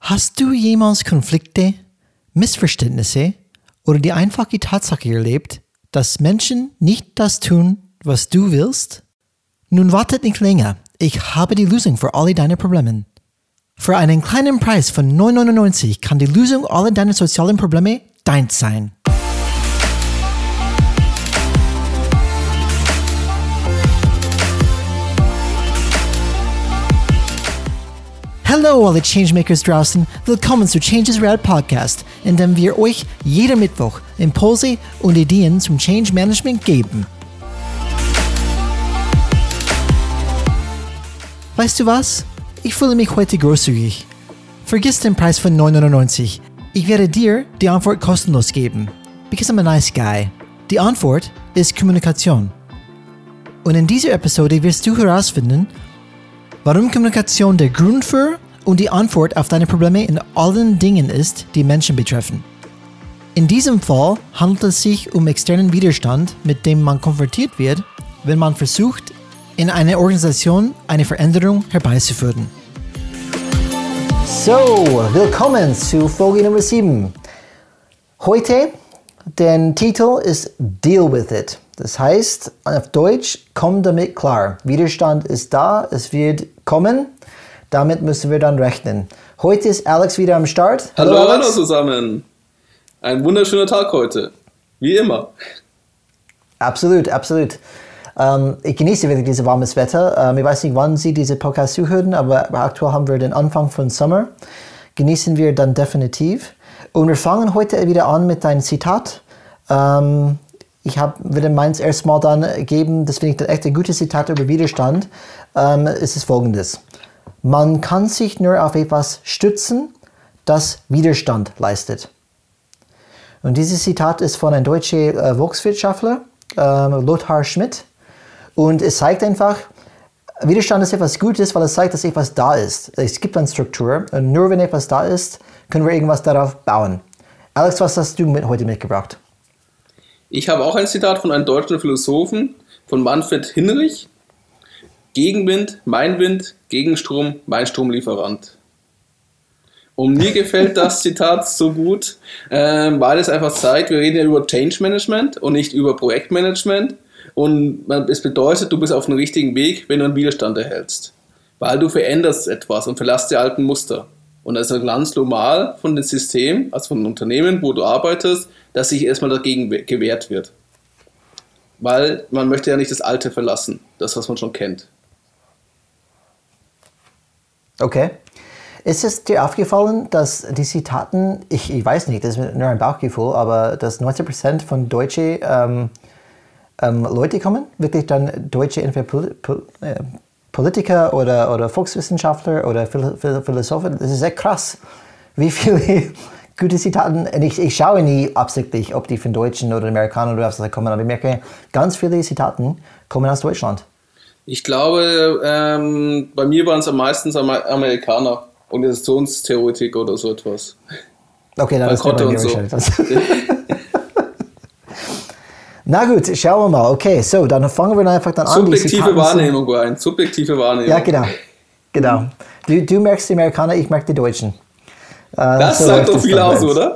Hast du jemals Konflikte, Missverständnisse oder die einfache Tatsache erlebt, dass Menschen nicht das tun, was du willst? Nun wartet nicht länger. Ich habe die Lösung für alle deine Probleme. Für einen kleinen Preis von 9,99 kann die Lösung aller deiner sozialen Probleme deins sein. Hallo alle Changemakers draußen, willkommen zu Change is Rad Podcast, in dem wir euch jeden Mittwoch Impulse und Ideen zum Change Management geben. Weißt du was? Ich fühle mich heute großzügig. Vergiss den Preis von 9,99. Ich werde dir die Antwort kostenlos geben, because I'm a nice guy. Die Antwort ist Kommunikation. Und in dieser Episode wirst du herausfinden, warum Kommunikation der Grund für und die Antwort auf deine Probleme in allen Dingen ist, die Menschen betreffen. In diesem Fall handelt es sich um externen Widerstand, mit dem man konfrontiert wird, wenn man versucht, in einer Organisation eine Veränderung herbeizuführen. So, willkommen zu Folge Nummer 7. Heute, der Titel ist Deal with it. Das heißt, auf Deutsch, komm damit klar. Widerstand ist da, es wird kommen, damit müssen wir dann rechnen. Heute ist Alex wieder am Start. Hallo zusammen. Ein wunderschöner Tag heute, wie immer. Absolut. Ich genieße wirklich dieses warmes Wetter. Ich weiß nicht, wann Sie diese Podcast zuhören, aber aktuell haben wir den Anfang von Sommer. Genießen wir dann definitiv. Und wir fangen heute wieder an mit einem Zitat. Ich werde meins erstmal dann geben, das finde ich echt ein gutes Zitat über Widerstand. Es ist folgendes: Man kann sich nur auf etwas stützen, das Widerstand leistet. Und dieses Zitat ist von einem deutschen Volkswirtschaftler, Lothar Schmidt. Und es zeigt einfach, Widerstand ist etwas Gutes, weil es zeigt, dass etwas da ist. Es gibt eine Struktur und nur wenn etwas da ist, können wir irgendwas darauf bauen. Alex, was hast du heute mitgebracht? Ich habe auch ein Zitat von einem deutschen Philosophen, von Manfred Hinrich. Gegenwind, mein Wind, Gegenstrom, mein Stromlieferant. Und mir gefällt das Zitat so gut, weil es einfach zeigt, wir reden ja über Change Management und nicht über Projektmanagement. Und es bedeutet, du bist auf dem richtigen Weg, wenn du einen Widerstand erhältst. Weil du veränderst etwas und verlässt die alten Muster. Und das ist ganz normal von dem System, also von dem Unternehmen, wo du arbeitest, dass sich erstmal dagegen gewehrt wird. Weil man möchte ja nicht das Alte verlassen, das, was man schon kennt. Okay. Ist es dir aufgefallen, dass die Zitaten, ich weiß nicht, das ist nur ein Bauchgefühl, aber dass 90% von deutschen Leute kommen, wirklich dann deutsche entweder Politiker oder Volkswissenschaftler oder Philosophen, das ist sehr krass, wie viele gute Zitaten, und ich schaue nie absichtlich, ob die von Deutschen oder Amerikanern oder was kommen, aber ich merke, ganz viele Zitaten kommen aus Deutschland. Ich glaube, bei mir waren es am meisten Amerikaner, Organisationstheoretik oder so etwas. Okay, dann ist bei mir wahrscheinlich. Na gut, schauen wir mal. Okay, so, dann fangen wir einfach dann an. Subjektive Wahrnehmung, Brian. Subjektive Wahrnehmung. Ja, genau. Du merkst die Amerikaner, ich merke die Deutschen. Das so sagt doch viel aus, oder?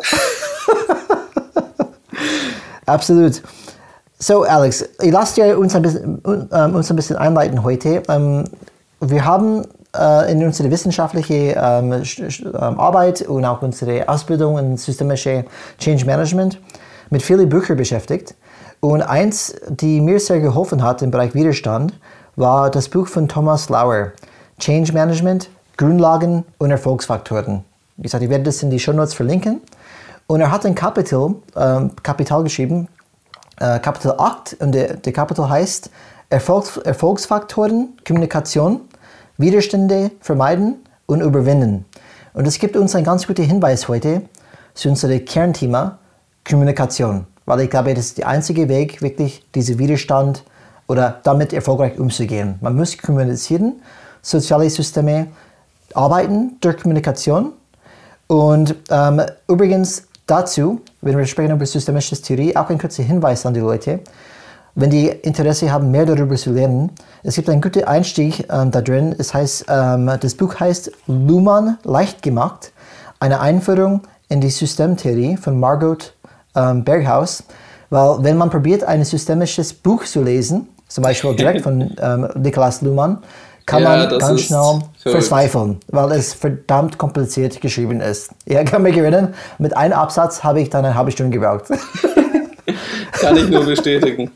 Absolut. So, Alex, ich lasse dir uns ein bisschen einleiten heute. Wir haben in unserer wissenschaftlichen Arbeit und auch unsere Ausbildung in systemische Change Management mit vielen Büchern beschäftigt. Und eins, die mir sehr geholfen hat im Bereich Widerstand, war das Buch von Thomas Lauer, Change Management, Grundlagen und Erfolgsfaktoren. Wie gesagt, ich werde das in die Shownotes verlinken. Und er hat ein Kapitel geschrieben, Kapitel 8, und der Kapitel heißt Erfolgsfaktoren, Kommunikation, Widerstände vermeiden und überwinden. Und es gibt uns einen ganz guten Hinweis heute zu unserem Kernthema Kommunikation. Weil ich glaube, das ist der einzige Weg, wirklich diesen Widerstand oder damit erfolgreich umzugehen. Man muss kommunizieren, soziale Systeme arbeiten durch Kommunikation. Und übrigens dazu, wenn wir sprechen über systemische Theorie, auch ein kurzer Hinweis an die Leute. Wenn die Interesse haben, mehr darüber zu lernen, es gibt einen guten Einstieg da drin. Das Buch heißt Luhmann leicht gemacht. eine Einführung in die Systemtheorie von Margot Berghaus, weil wenn man probiert, ein systemisches Buch zu lesen, zum Beispiel direkt von Niklas Luhmann, kann man ganz schnell verzweifeln, weil es verdammt kompliziert geschrieben ist. Ich kann mich erinnern, mit einem Absatz habe ich dann eine halbe Stunde gebraucht. Kann ich nur bestätigen.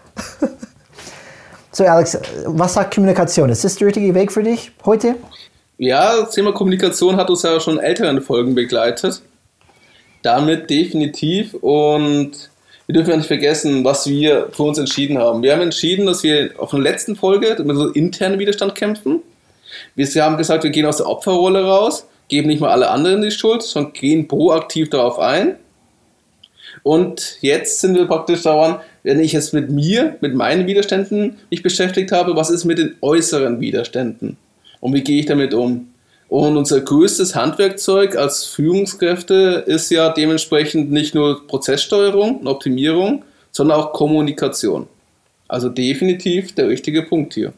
So Alex, was sagt Kommunikation? Ist das der richtige Weg für dich heute? Ja, das Thema Kommunikation hat uns ja schon in älteren Folgen begleitet. Damit definitiv. Und wir dürfen ja nicht vergessen, was wir für uns entschieden haben. Wir haben entschieden, dass wir auf der letzten Folge mit so internen Widerstand kämpfen. Wir haben gesagt, wir gehen aus der Opferrolle raus, geben nicht mal alle anderen die Schuld, sondern gehen proaktiv darauf ein. Und jetzt sind wir praktisch daran, wenn ich jetzt mit meinen Widerständen mich beschäftigt habe, was ist mit den äußeren Widerständen? Und wie gehe ich damit um? Und unser größtes Handwerkzeug als Führungskräfte ist ja dementsprechend nicht nur Prozesssteuerung und Optimierung, sondern auch Kommunikation. Also definitiv der richtige Punkt hier.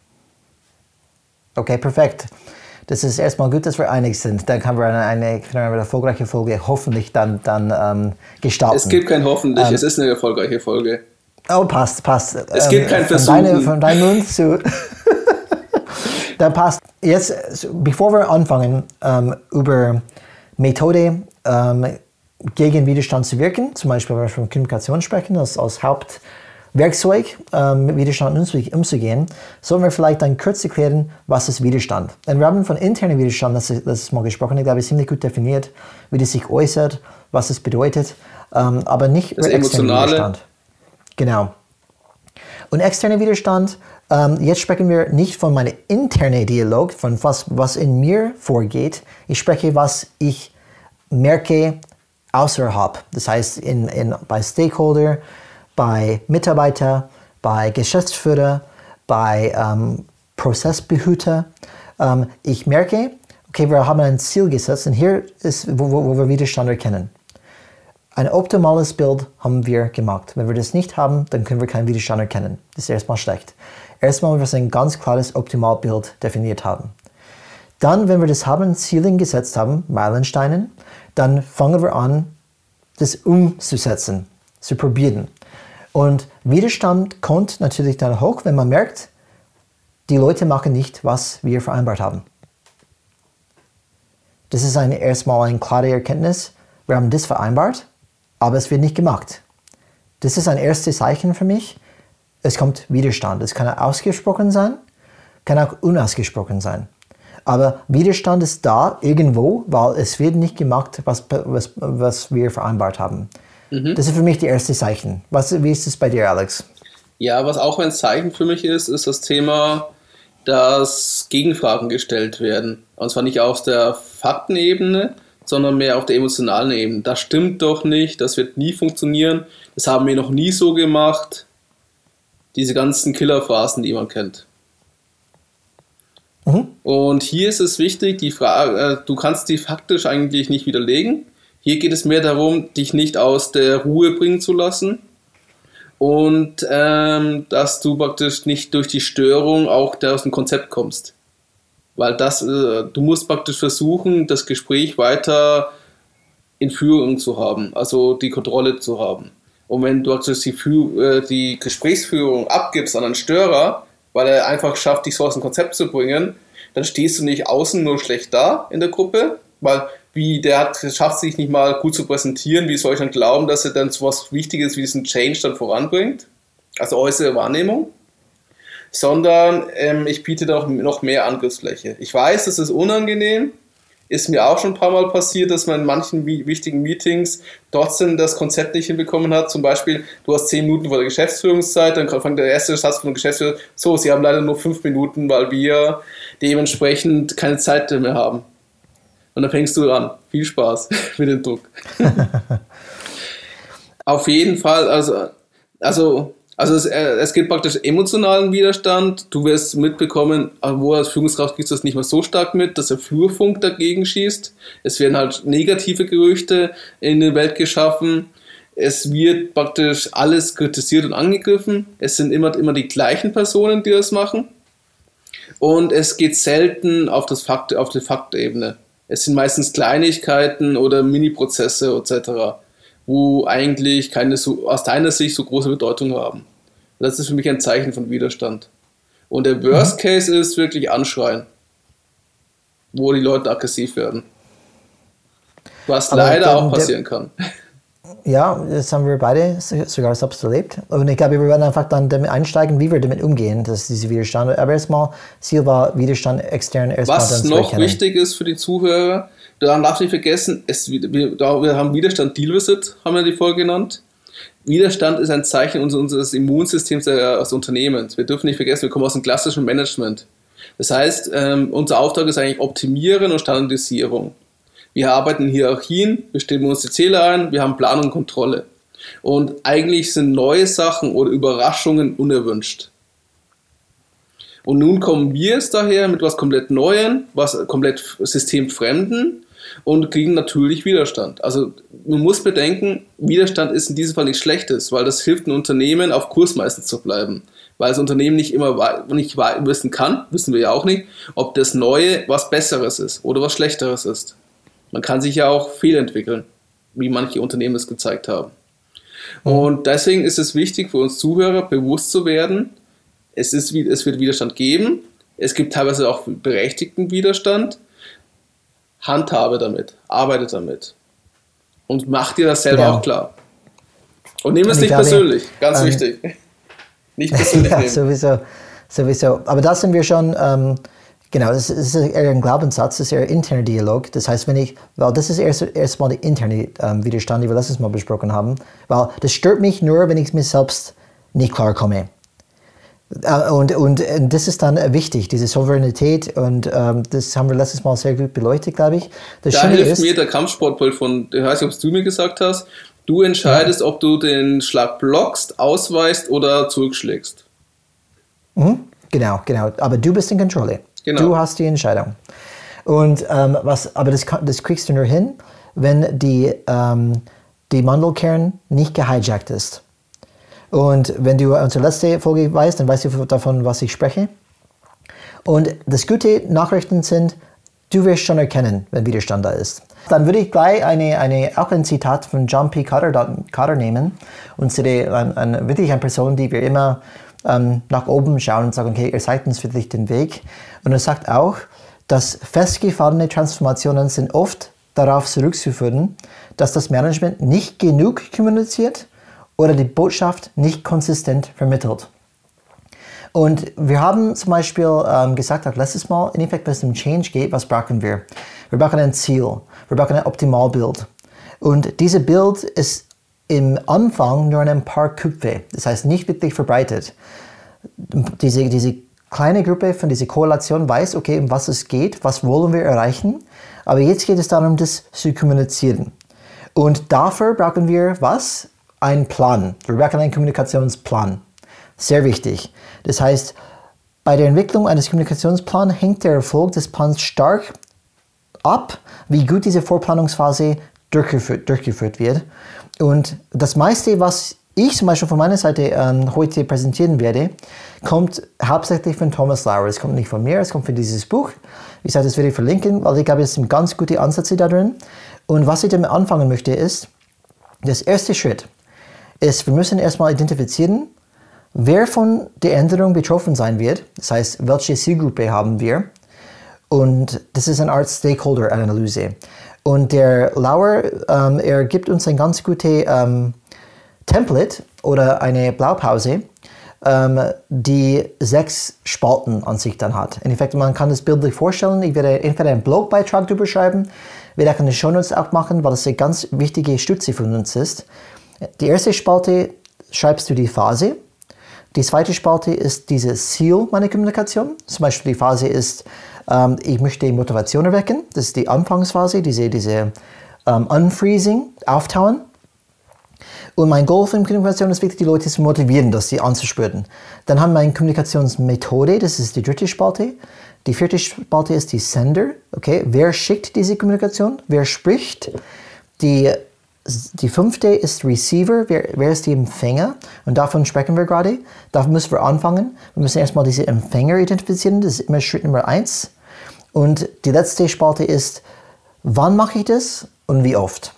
Okay, perfekt. Das ist erstmal gut, dass wir einig sind. Dann können wir eine erfolgreiche Folge hoffentlich dann gestalten. Es gibt kein hoffentlich, es ist eine erfolgreiche Folge. Oh, passt. Es gibt kein Versuchen. Von deinem Mund zu... Dann passt. Jetzt, bevor wir anfangen, über Methode gegen Widerstand zu wirken, zum Beispiel, wenn wir von Kommunikation sprechen, als Hauptwerkzeug, mit Widerstand umzugehen, sollten wir vielleicht dann kurz erklären, was ist Widerstand. Denn wir haben von internem Widerstand, das mal gesprochen, ich glaube, ziemlich gut definiert, wie das sich äußert, was es bedeutet, aber nicht das externen Widerstand. Genau. Und externer Widerstand, jetzt sprechen wir nicht von meinem internen Dialog, von was in mir vorgeht. Ich spreche, was ich merke außerhalb. Das heißt, bei Stakeholder, bei Mitarbeiter, bei Geschäftsführer, bei Prozessbehüter. Ich merke, okay, wir haben ein Ziel gesetzt und hier ist, wo wir Widerstand erkennen. Ein optimales Bild haben wir gemacht. Wenn wir das nicht haben, dann können wir keinen Widerstand erkennen. Das ist erstmal schlecht. Erstmal, wenn wir ein ganz klares Optimalbild definiert haben. Dann, wenn wir das haben, Ziele gesetzt haben, Meilensteine, dann fangen wir an, das umzusetzen, zu probieren. Und Widerstand kommt natürlich dann hoch, wenn man merkt, die Leute machen nicht, was wir vereinbart haben. Das ist erstmal eine klare Erkenntnis. Wir haben das vereinbart, aber es wird nicht gemacht. Das ist ein erstes Zeichen für mich. Es kommt Widerstand. Es kann ausgesprochen sein, kann auch unausgesprochen sein. Aber Widerstand ist da irgendwo, weil es wird nicht gemacht, was wir vereinbart haben. Mhm. Das ist für mich das erste Zeichen. Wie ist es bei dir, Alex? Ja, was auch ein Zeichen für mich ist das Thema, dass Gegenfragen gestellt werden. Und zwar nicht auf der Faktenebene, sondern mehr auf der emotionalen Ebene. Das stimmt doch nicht, das wird nie funktionieren, das haben wir noch nie so gemacht. Diese ganzen Killerphrasen, die man kennt. Mhm. Und hier ist es wichtig, die Frage, du kannst die faktisch eigentlich nicht widerlegen. Hier geht es mehr darum, dich nicht aus der Ruhe bringen zu lassen und dass du praktisch nicht durch die Störung auch aus dem Konzept kommst. Weil du musst praktisch versuchen, das Gespräch weiter in Führung zu haben, also die Kontrolle zu haben. Und wenn du praktisch die Gesprächsführung abgibst an einen Störer, weil er einfach schafft, dich so aus dem Konzept zu bringen, dann stehst du nicht außen nur schlecht da in der Gruppe, weil schafft sich nicht mal gut zu präsentieren, wie soll ich dann glauben, dass er dann so was Wichtiges wie diesen Change dann voranbringt, also äußere Wahrnehmung, sondern ich biete da noch mehr Angriffsfläche. Ich weiß, das ist unangenehm, ist mir auch schon ein paar Mal passiert, dass man in manchen wichtigen Meetings trotzdem das Konzept nicht hinbekommen hat. Zum Beispiel, du hast 10 Minuten vor der Geschäftsführungszeit, dann fängt der erste Satz von der Geschäftsführung, so, Sie haben leider nur 5 Minuten, weil wir dementsprechend keine Zeit mehr haben. Und dann fängst du an. Viel Spaß mit dem Druck. Auf jeden Fall, also es gibt praktisch emotionalen Widerstand. Du wirst mitbekommen, wo als Führungskraft kriegst du das nicht mehr so stark mit, dass der Flurfunk dagegen schießt. Es werden halt negative Gerüchte in die Welt geschaffen. Es wird praktisch alles kritisiert und angegriffen. Es sind immer die gleichen Personen, die das machen. Und es geht selten auf die Faktebene. Es sind meistens Kleinigkeiten oder Mini-Prozesse etc., wo eigentlich keine aus deiner Sicht so große Bedeutung haben. Das ist für mich ein Zeichen von Widerstand. Und der Worst Case ist wirklich Anschreien, wo die Leute aggressiv werden. Was aber leider auch passieren kann. Ja, das haben wir beide sogar selbst erlebt. Und ich glaube, wir werden einfach dann damit einsteigen, wie wir damit umgehen, dass diese Widerstand. Aber erstmal, Ziel war Widerstand extern erstmal. Was noch wichtig ist für die Zuhörer, dann darfst du nicht vergessen, wir haben Widerstand Deal Visit, haben wir die Folge genannt. Widerstand ist ein Zeichen unseres Immunsystems des Unternehmens. Wir dürfen nicht vergessen, wir kommen aus dem klassischen Management. Das heißt, unser Auftrag ist eigentlich Optimieren und Standardisierung. Wir arbeiten in Hierarchien, wir stimmen uns die Ziele ein, wir haben Planung und Kontrolle. Und eigentlich sind neue Sachen oder Überraschungen unerwünscht. Und nun kommen wir jetzt daher mit was komplett Neuem, was komplett systemfremden und kriegen natürlich Widerstand. Also man muss bedenken, Widerstand ist in diesem Fall nichts Schlechtes, weil das hilft einem Unternehmen auf Kurs meistens zu bleiben. Weil das Unternehmen nicht immer nicht wissen kann, wissen wir ja auch nicht, ob das Neue was Besseres ist oder was Schlechteres ist. Man kann sich ja auch fehlentwickeln, wie manche Unternehmen es gezeigt haben. Und deswegen ist es wichtig für uns Zuhörer, bewusst zu werden, es wird Widerstand geben, es gibt teilweise auch berechtigten Widerstand, handhabe damit, arbeite damit und mach dir das selber auch klar. Und nimm es nicht persönlich, ganz wichtig. Nicht persönlich nehmen. Sowieso. Aber da sind wir schon... Genau, das ist eher ein Glaubenssatz, das ist eher ein interner Dialog. Das heißt, das ist erstmal der interne Widerstand, den wir letztes Mal besprochen haben, weil das stört mich nur, wenn ich mir selbst nicht klarkomme. Und das ist dann wichtig, diese Souveränität, und das haben wir letztes Mal sehr gut beleuchtet, glaube ich. Da hilft mir der Kampfsportball ich weiß nicht, ob du mir gesagt hast, du entscheidest, ob du den Schlag blockst, ausweichst oder zurückschlägst. Genau, aber du bist in Kontrolle. Genau. Du hast die Entscheidung. Und aber das kriegst du nur hin, wenn die Mandelkern nicht gehijackt ist. Und wenn du unsere letzte Folge weißt, dann weißt du davon, was ich spreche. Und das gute Nachrichten sind, du wirst schon erkennen, wenn Widerstand da ist. Dann würde ich gleich auch ein Zitat von John P. Kotter nehmen. Und wirklich eine Person, die wir immer nach oben schauen und sagen, okay, er zeigt uns wirklich den Weg. Und er sagt auch, dass festgefahrene Transformationen sind oft darauf zurückzuführen, dass das Management nicht genug kommuniziert oder die Botschaft nicht konsistent vermittelt. Und wir haben zum Beispiel gesagt, auch letztes Mal, in Effekt, wenn es um Change geht, was brauchen wir? Wir brauchen ein Ziel, wir brauchen ein Optimalbild. Und dieses Bild ist im Anfang nur ein paar Köpfe, das heißt nicht wirklich verbreitet. Diese kleine Gruppe von dieser Koalition weiß, okay, um was es geht, was wollen wir erreichen, aber jetzt geht es darum, das zu kommunizieren. Und dafür brauchen wir was? Einen Plan. Wir brauchen einen Kommunikationsplan. Sehr wichtig. Das heißt, bei der Entwicklung eines Kommunikationsplans hängt der Erfolg des Plans stark ab, wie gut diese Vorplanungsphase durchgeführt wird. Und das meiste, was ich zum Beispiel von meiner Seite heute präsentieren werde, kommt hauptsächlich von Thomas Lauer. Es kommt nicht von mir, es kommt von dieses Buch. Wie gesagt, das werde ich verlinken, weil ich glaube, es sind ganz gute Ansätze da drin. Und was ich damit anfangen möchte, ist, das erste Schritt ist, wir müssen erstmal identifizieren, wer von der Änderung betroffen sein wird. Das heißt, welche Zielgruppe haben wir? Und das ist eine Art Stakeholder-Analyse. Und der Lauer, er gibt uns ein ganz gutes Template oder eine Blaupause, die 6 Spalten an sich dann hat. In Effekt, man kann das bildlich vorstellen. Ich werde entweder einen Blogbeitrag darüber schreiben, werde auch eine Shownotes auch machen, weil das eine ganz wichtige Stütze von uns ist. Die erste Spalte schreibst du die Phase. Die zweite Spalte ist dieses Ziel meiner Kommunikation. Zum Beispiel die Phase ist, ich möchte Motivation erwecken. Das ist die Anfangsphase, diese Unfreezing, Auftauen. Und mein Goal von Kommunikation ist wirklich, die Leute zu motivieren, das sie anzuspüren. Dann haben wir eine Kommunikationsmethode, das ist die dritte Spalte. Die vierte Spalte ist die Sender. Okay, wer schickt diese Kommunikation? Wer spricht? Die fünfte ist Receiver. Wer ist die Empfänger? Und davon sprechen wir gerade. Davon müssen wir anfangen. Wir müssen erstmal diese Empfänger identifizieren. Das ist immer Schritt Nummer 1. Und die letzte Spalte ist Wann mache ich das und wie oft?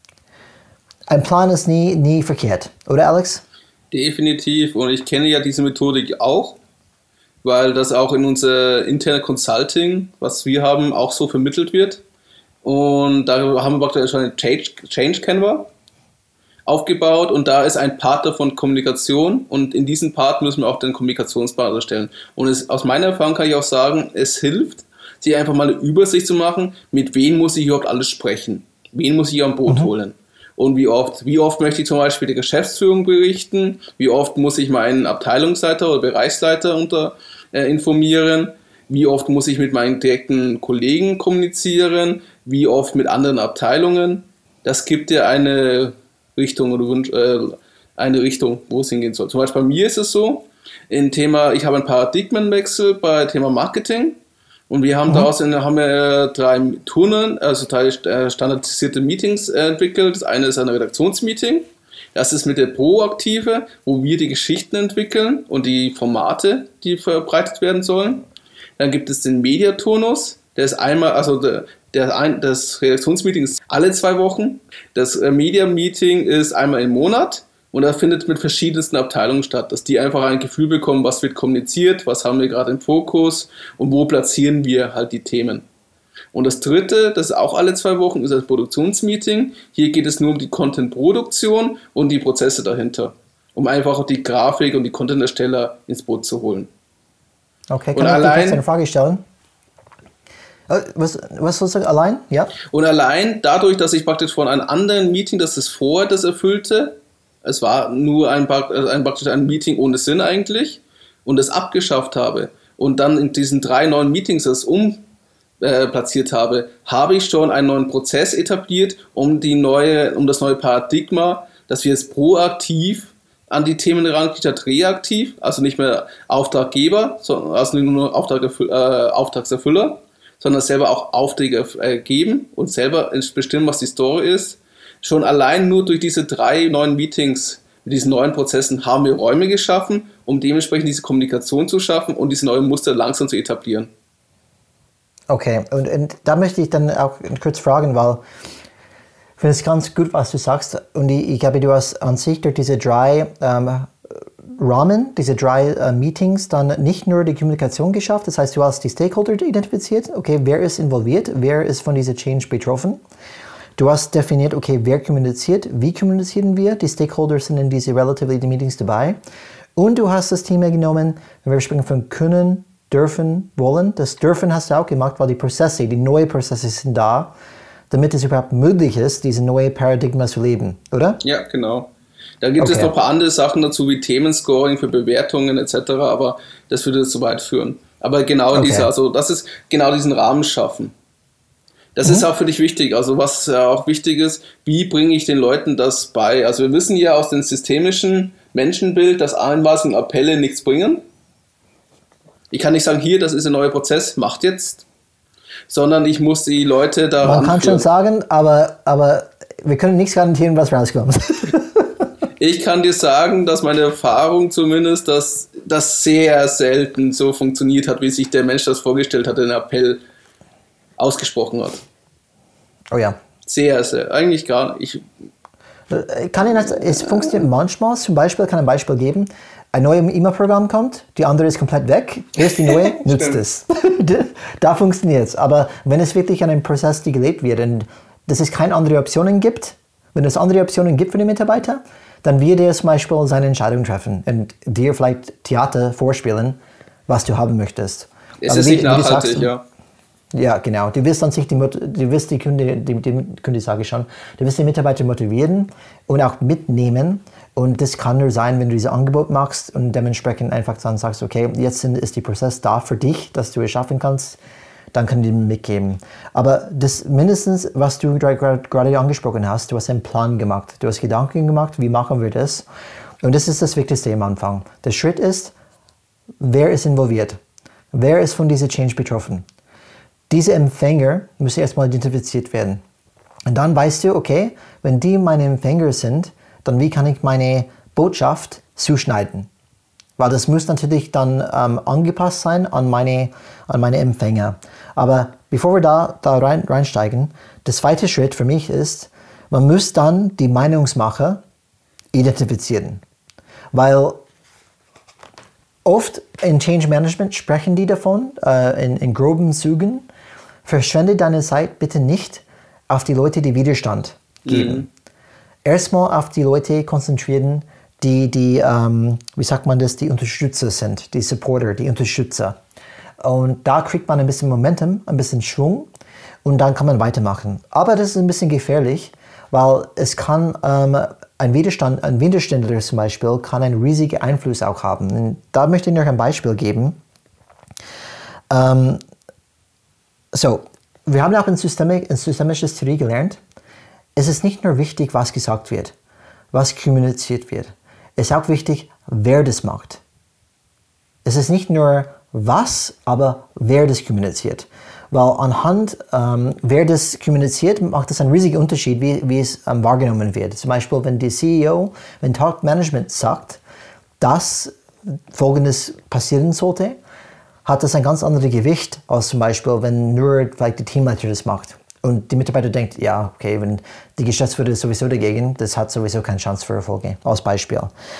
Ein Plan ist nie verkehrt, oder Alex? Definitiv. Und ich kenne ja diese Methodik auch, weil das auch in unser internes Consulting, was wir haben, auch so vermittelt wird. Und da haben wir praktisch schon eine Change Canva aufgebaut und da ist ein Part davon Kommunikation und in diesem Part müssen wir auch den Kommunikationspartner stellen. Und aus meiner Erfahrung kann ich auch sagen, es hilft, sich einfach mal eine Übersicht zu machen, mit wem muss ich überhaupt alles sprechen, wen muss ich am Boot holen. Und wie oft möchte ich zum Beispiel der Geschäftsführung berichten, wie oft muss ich meinen Abteilungsleiter oder Bereichsleiter informieren, wie oft muss ich mit meinen direkten Kollegen kommunizieren, wie oft mit anderen Abteilungen. Das gibt dir eine Richtung oder eine Richtung, wo es hingehen soll. Zum Beispiel bei mir ist es so, ich habe einen Paradigmenwechsel bei Thema Marketing und wir haben daraus drei Touren, also drei standardisierte Meetings entwickelt. Das eine ist ein Redaktionsmeeting, das ist mit der Proaktive, wo wir die Geschichten entwickeln und die Formate, die verbreitet werden sollen. Dann gibt es den Mediaturnus, der ist einmal, also das Redaktionsmeeting ist alle 2 Wochen. Das Media-Meeting ist einmal im Monat und das findet mit verschiedensten Abteilungen statt, dass die einfach ein Gefühl bekommen, was wird kommuniziert, was haben wir gerade im Fokus und wo platzieren wir halt die Themen. Und das dritte, das ist auch alle 2 Wochen, ist das Produktionsmeeting. Hier geht es nur um die Content-Produktion und die Prozesse dahinter, um einfach auch die Grafik und die Content-Ersteller ins Boot zu holen. Okay, kann ich dir kurz eine Frage stellen? Was sollst du sagen? Allein? Ja. Und allein dadurch, dass ich praktisch von einem anderen Meeting, das es vorher das erfüllte, es war nur praktisch ein Meeting ohne Sinn eigentlich, und es abgeschafft habe und dann in diesen 3 neuen Meetings das platziert habe, habe ich schon einen neuen Prozess etabliert, um das neue Paradigma, dass wir jetzt proaktiv an die Themen rangehen, statt reaktiv, also nicht mehr Auftraggeber, also nur Auftragserfüller, sondern selber auch Aufträge geben und selber bestimmen, was die Story ist. Schon allein nur durch diese 3 neuen Meetings, mit diesen neuen Prozessen haben wir Räume geschaffen, um dementsprechend diese Kommunikation zu schaffen und diese neuen Muster langsam zu etablieren. Okay, und da möchte ich dann auch kurz fragen, weil ich finde es ganz gut, was du sagst. Und ich glaube, du hast an sich durch diese 3 Rahmen, diese 3 Meetings, dann nicht nur die Kommunikation geschafft, das heißt, du hast die Stakeholder identifiziert, okay, wer ist involviert, wer ist von dieser Change betroffen. Du hast definiert, okay, wer kommuniziert, wie kommunizieren wir, die Stakeholder sind in diese Relatively Meetings dabei. Und du hast das Thema genommen, wenn wir sprechen von können, dürfen, wollen. Das dürfen hast du auch gemacht, weil die neuen Prozesse sind da, damit es überhaupt möglich ist, diese neue Paradigma zu leben, oder? Ja, genau. Da gibt es noch ein paar andere Sachen dazu, wie Themenscoring für Bewertungen etc., aber das würde zu weit führen. Aber genau das ist genau diesen Rahmen schaffen. Das ist auch für dich wichtig. Also was auch wichtig ist, wie bringe ich den Leuten das bei? Also wir wissen ja aus dem systemischen Menschenbild, dass Anweisungen, Appelle nichts bringen. Ich kann nicht sagen, hier, das ist ein neuer Prozess, macht jetzt, sondern ich muss die Leute daran Man kann schon sagen, aber wir können nichts garantieren, was rauskommt. Ich kann dir sagen, dass meine Erfahrung zumindest, dass das sehr selten so funktioniert hat, wie sich der Mensch das vorgestellt hat, den Appell ausgesprochen hat. Oh ja. Sehr, sehr. Eigentlich gar nicht. Es funktioniert manchmal, zum Beispiel, kann ein Beispiel geben, ein neues E-Mail-Programm kommt, die andere ist komplett weg, erst die neue, nutzt es. Da funktioniert es. Aber wenn es wirklich an einem Prozess gelebt wird und dass es keine anderen Optionen gibt, wenn es andere Optionen gibt für die Mitarbeiter, dann wird er zum Beispiel seine Entscheidung treffen und dir vielleicht Theater vorspielen, was du haben möchtest. Es ist nicht nachhaltig, ja. Ja, genau. Du wirst an sich die Kunde sage ich schon, du wirst die Mitarbeiter motivieren und auch mitnehmen. Und das kann nur sein, wenn du dieses Angebot machst und dementsprechend einfach dann sagst, okay, jetzt ist der Prozess da für dich, dass du es schaffen kannst, dann können die mitgeben. Aber das mindestens, was du gerade angesprochen hast, du hast einen Plan gemacht, du hast Gedanken gemacht, wie machen wir das? Und das ist das Wichtigste am Anfang. Der Schritt ist, wer ist involviert? Wer ist von dieser Change betroffen? Diese Empfänger müssen erstmal identifiziert werden. Und dann weißt du, okay, wenn die meine Empfänger sind, dann wie kann ich meine Botschaft zuschneiden? Weil das muss natürlich dann angepasst sein an meine Empfänger. Aber bevor wir da reinsteigen, der zweite Schritt für mich ist, man muss dann die Meinungsmacher identifizieren. Weil oft in Change Management sprechen die davon, in groben Zügen, verschwende deine Zeit bitte nicht auf die Leute, die Widerstand geben. Erstmal auf die Leute konzentrieren, die wie sagt man das, die Unterstützer sind, die Supporter, die Unterstützer. Und da kriegt man ein bisschen Momentum, ein bisschen Schwung und dann kann man weitermachen. Aber das ist ein bisschen gefährlich, weil es kann ein Widerständler zum Beispiel kann einen riesigen Einfluss auch haben. Und da möchte ich noch ein Beispiel geben. Wir haben auch in systemischer Theorie gelernt, es ist nicht nur wichtig, was gesagt wird, was kommuniziert wird. Es ist auch wichtig, wer das macht. Es ist nicht nur was, aber wer das kommuniziert. Weil anhand, wer das kommuniziert, macht das einen riesigen Unterschied, wie es wahrgenommen wird. Zum Beispiel, wenn der CEO, wenn Top Management sagt, dass Folgendes passieren sollte, hat das ein ganz anderes Gewicht, als zum Beispiel, wenn nur vielleicht der Teamleiter das macht. Und die Mitarbeiter denkt, ja, okay, wenn die Geschäftsführer ist sowieso dagegen, das hat sowieso keine Chance für Erfolge, als Beispiel.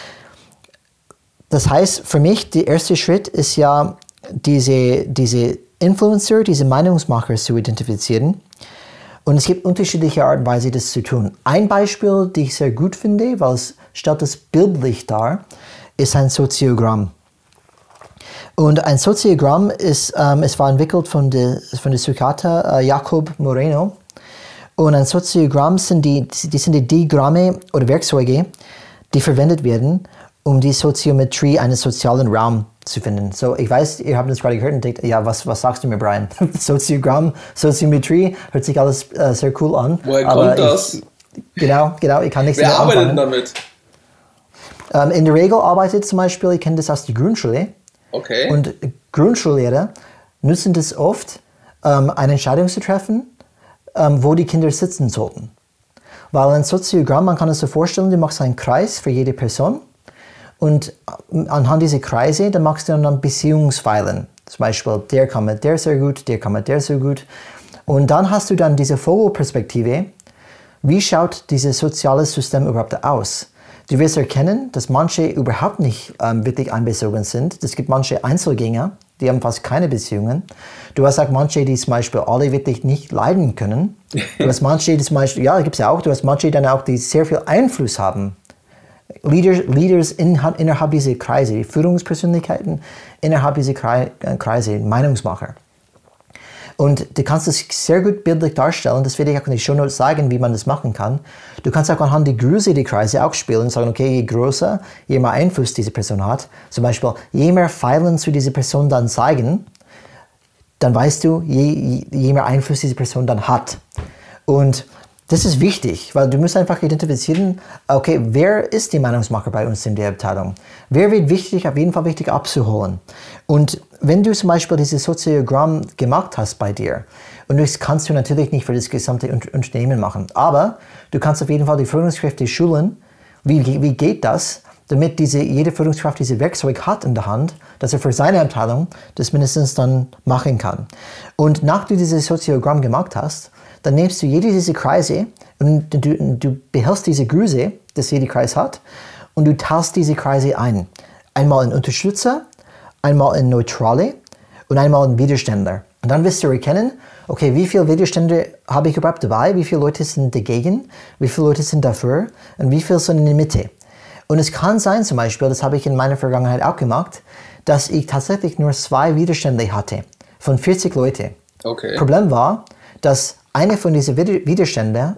Das heißt, für mich, der erste Schritt ist ja, diese Influencer, diese Meinungsmacher zu identifizieren. Und es gibt unterschiedliche Arten und Weise, das zu tun. Ein Beispiel, das ich sehr gut finde, weil es stellt das bildlich dar, ist ein Soziogramm. Und ein Soziogramm es war entwickelt von der Psychiater Jacob Moreno. Und ein Soziogramm sind die Diagramme oder Werkzeuge, die verwendet werden, um die Soziometrie eines sozialen Raums zu finden. So, ich weiß, ihr habt das gerade gehört und denkt, ja, was sagst du mir, Brian? Soziogramm, Soziometrie, hört sich alles sehr cool an. Woher kommt das? Genau, ich kann nichts Wer damit arbeitet anfangen. damit? In der Regel arbeitet zum Beispiel, ich kenne das aus der Grundschule. Okay. Und Grundschullehrer nutzen das oft, eine Entscheidung zu treffen, wo die Kinder sitzen sollten. Weil ein Soziogramm, man kann es so vorstellen, du machst einen Kreis für jede Person und anhand dieser Kreise, dann machst du dann Beziehungspfeilen. Zum Beispiel, der kann mit der sehr gut, der kann mit der sehr gut. Und dann hast du dann diese Vogelperspektive, wie schaut dieses soziale System überhaupt aus? Du wirst erkennen, dass manche überhaupt nicht wirklich einbezogen sind. Es gibt manche Einzelgänger, die haben fast keine Beziehungen. Du hast auch manche, die zum Beispiel alle wirklich nicht leiden können. Du hast manche, die zum Beispiel, ja, gibt es ja auch, du hast manche dann auch, die sehr viel Einfluss haben. Leaders innerhalb dieser Kreise, Führungspersönlichkeiten innerhalb dieser Kreise, Meinungsmacher. Und du kannst das sehr gut bildlich darstellen, das werde ich auch in den Shownotes sagen, wie man das machen kann. Du kannst auch anhand der Größe der Kreise auch spielen und sagen, okay, je größer, je mehr Einfluss diese Person hat, zum Beispiel, je mehr Pfeilen zu dieser Person dann zeigen, dann weißt du, je mehr Einfluss diese Person dann hat. Und das ist wichtig, weil du musst einfach identifizieren, okay, wer ist die Meinungsmacher bei uns in der Abteilung? Wer wird auf jeden Fall wichtig abzuholen? Und wenn du zum Beispiel dieses Soziogramm gemacht hast bei dir, und das kannst du natürlich nicht für das gesamte Unternehmen machen, aber du kannst auf jeden Fall die Führungskräfte schulen, wie geht das, damit jede Führungskraft diese Werkzeug hat in der Hand, dass er für seine Abteilung das mindestens dann machen kann. Und nachdem du dieses Soziogramm gemacht hast, dann nimmst du jede dieser Kreise und du behältst diese Größe, das jeder Kreis hat, und du teilst diese Kreise ein. Einmal in Unterstützer, einmal in Neutrale und einmal in Widerständler. Und dann wirst du erkennen, okay, wie viele Widerstände habe ich überhaupt dabei, wie viele Leute sind dagegen, wie viele Leute sind dafür und wie viele sind in der Mitte. Und es kann sein zum Beispiel, das habe ich in meiner Vergangenheit auch gemacht, dass ich tatsächlich nur 2 Widerstände hatte von 40 Leute. Okay. Problem war, dass einer von diesen Widerständler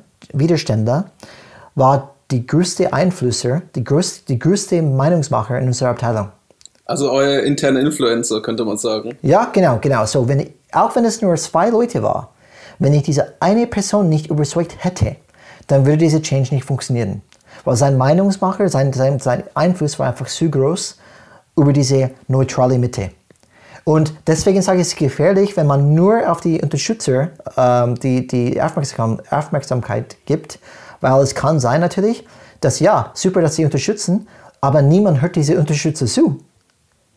war die größte Einflusser, die größte Meinungsmacher in unserer Abteilung. Also euer interner Influencer, könnte man sagen. Ja, genau. So, auch wenn es nur 2 Leute war, wenn ich diese eine Person nicht überzeugt hätte, dann würde diese Change nicht funktionieren. Weil sein Meinungsmacher, sein Einfluss war einfach zu groß über diese neutrale Mitte. Und deswegen sage ich, es ist gefährlich, wenn man nur auf die Unterstützer die Aufmerksamkeit gibt, weil es kann sein natürlich, dass ja, super, dass sie unterstützen, aber niemand hört diese Unterstützer zu.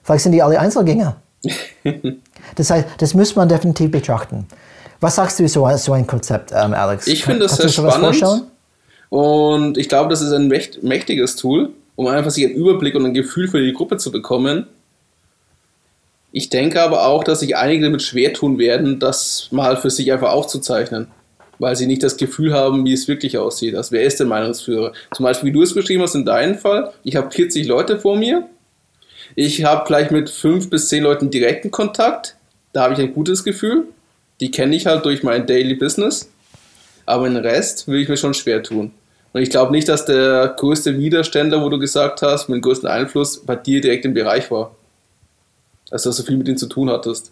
Vielleicht sind die alle Einzelgänger. Das heißt, das muss man definitiv betrachten. Was sagst du so ein Konzept, Alex? Ich finde das sehr spannend und ich glaube, das ist ein mächtiges Tool, um einfach sich einen Überblick und ein Gefühl für die Gruppe zu bekommen. Ich denke aber auch, dass sich einige damit schwer tun werden, das mal für sich einfach aufzuzeichnen, weil sie nicht das Gefühl haben, wie es wirklich aussieht. Also wer ist der Meinungsführer? Zum Beispiel, wie du es beschrieben hast in deinem Fall, ich habe 40 Leute vor mir, ich habe gleich mit 5 bis 10 Leuten direkten Kontakt, da habe ich ein gutes Gefühl, die kenne ich halt durch mein Daily Business, aber den Rest will ich mir schon schwer tun. Und ich glaube nicht, dass der größte Widerständler, wo du gesagt hast, mit dem größten Einfluss bei dir direkt im Bereich war. Also, dass du viel mit ihm zu tun hattest.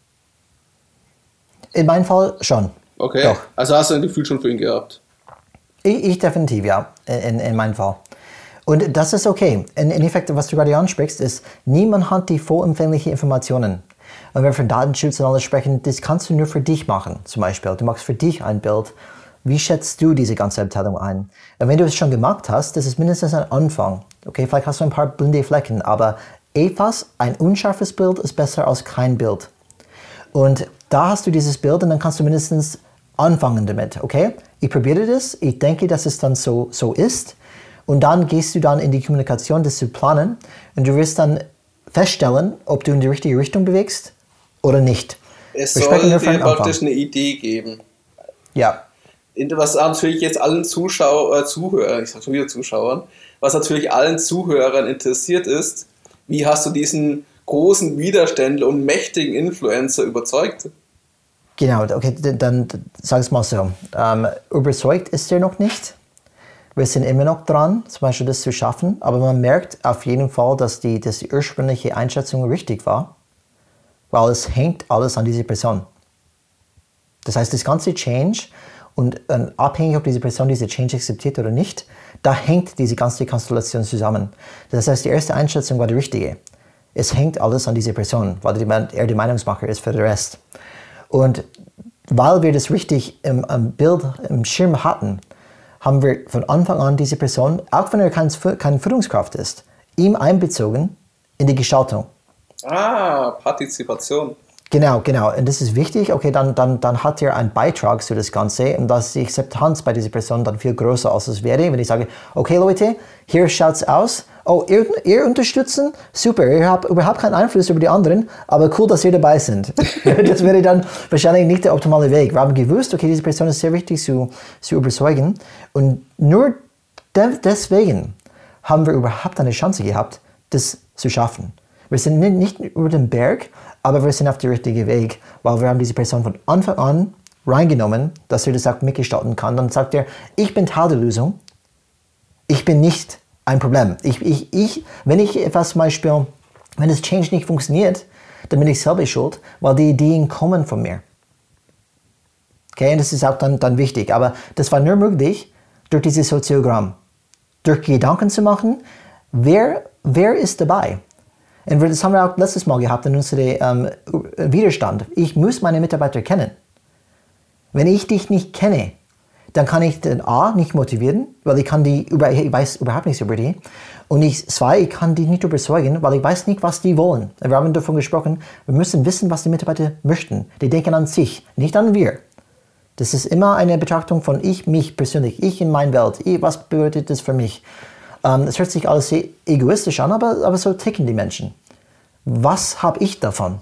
In meinem Fall schon. Okay, doch. Also hast du ein Gefühl schon für ihn gehabt? Ich definitiv, ja, in meinem Fall. Und das ist okay. In Effekt, was du gerade ansprichst, ist, niemand hat die vollumfänglichen Informationen. Und wenn wir von Datenschutz und alles sprechen, das kannst du nur für dich machen, zum Beispiel. Du machst für dich ein Bild. Wie schätzt du diese ganze Abteilung ein? Und wenn du es schon gemacht hast, das ist mindestens ein Anfang. Okay, vielleicht hast du ein paar blinde Flecken, aber ein unscharfes Bild ist besser als kein Bild. Und da hast du dieses Bild und dann kannst du mindestens anfangen damit. Okay, ich probiere das, ich denke, dass es dann so ist. Und dann gehst du dann in die Kommunikation, das zu planen. Und du wirst dann feststellen, ob du in die richtige Richtung bewegst oder nicht. Es soll dir praktisch eine Idee geben. Ja. Was natürlich jetzt allen Zuhörern, ich sage schon wieder Zuschauern, was natürlich allen Zuhörern interessiert ist, wie hast du diesen großen Widerständler und mächtigen Influencer überzeugt? Genau, okay, dann sag es mal so. Überzeugt ist er noch nicht. Wir sind immer noch dran, zum Beispiel das zu schaffen, aber man merkt auf jeden Fall, dass die ursprüngliche Einschätzung richtig war, weil es hängt alles an dieser Person. Das heißt, das ganze Change und abhängig, ob diese Person diese Change akzeptiert oder nicht, da hängt diese ganze Konstellation zusammen. Das heißt, die erste Einschätzung war die richtige. Es hängt alles an dieser Person, weil er die Meinungsmacher ist für den Rest. Und weil wir das richtig im Bild, im Schirm hatten, haben wir von Anfang an diese Person, auch wenn er keine Führungskraft ist, ihm einbezogen in die Gestaltung. Partizipation. Genau. Und das ist wichtig. Okay, dann hat er einen Beitrag zu das Ganze und dass die Akzeptanz bei dieser Person dann viel größer als es wäre, wenn ich sage, okay Leute, hier schaut's aus. Oh, ihr unterstützen? Super, ihr habt überhaupt keinen Einfluss über die anderen, aber cool, dass ihr dabei sind. Das wäre dann wahrscheinlich nicht der optimale Weg. Wir haben gewusst, okay, diese Person ist sehr wichtig zu überzeugen und nur deswegen haben wir überhaupt eine Chance gehabt, das zu schaffen. Wir sind nicht über den Berg, aber wir sind auf dem richtigen Weg, weil wir haben diese Person von Anfang an reingenommen, dass er das auch mitgestalten kann. Dann sagt er, ich bin Teil der Lösung, ich bin nicht ein Problem. Wenn ich etwas zum Beispiel, wenn das Change nicht funktioniert, dann bin ich selber schuld, weil die Ideen kommen von mir. Okay, und das ist auch dann wichtig. Aber das war nur möglich durch dieses Soziogramm. Durch Gedanken zu machen, wer ist dabei? Und das haben wir auch letztes Mal gehabt in unserem Widerstand. Ich muss meine Mitarbeiter kennen. Wenn ich dich nicht kenne, dann kann ich den A nicht motivieren, weil ich weiß überhaupt nichts über die. Und ich kann die nicht überzeugen, weil ich weiß nicht, was die wollen. Wir haben davon gesprochen, wir müssen wissen, was die Mitarbeiter möchten. Die denken an sich, nicht an wir. Das ist immer eine Betrachtung von mich persönlich, ich in meiner Welt, was bedeutet das für mich? Es hört sich alles sehr egoistisch an, aber so ticken die Menschen. Was habe ich davon?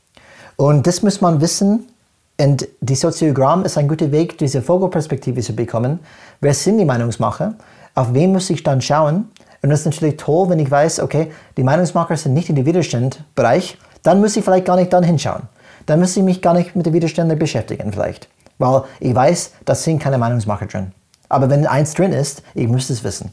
Und das muss man wissen. Und die Soziogramm ist ein guter Weg, diese Vogelperspektive zu bekommen. Wer sind die Meinungsmacher? Auf wen muss ich dann schauen? Und das ist natürlich toll, wenn ich weiß, okay, die Meinungsmacher sind nicht in dem Widerstandsbereich, dann muss ich vielleicht gar nicht dann hinschauen. Dann muss ich mich gar nicht mit den Widerständen beschäftigen vielleicht. Weil ich weiß, da sind keine Meinungsmacher drin. Aber wenn eins drin ist, ich muss es wissen.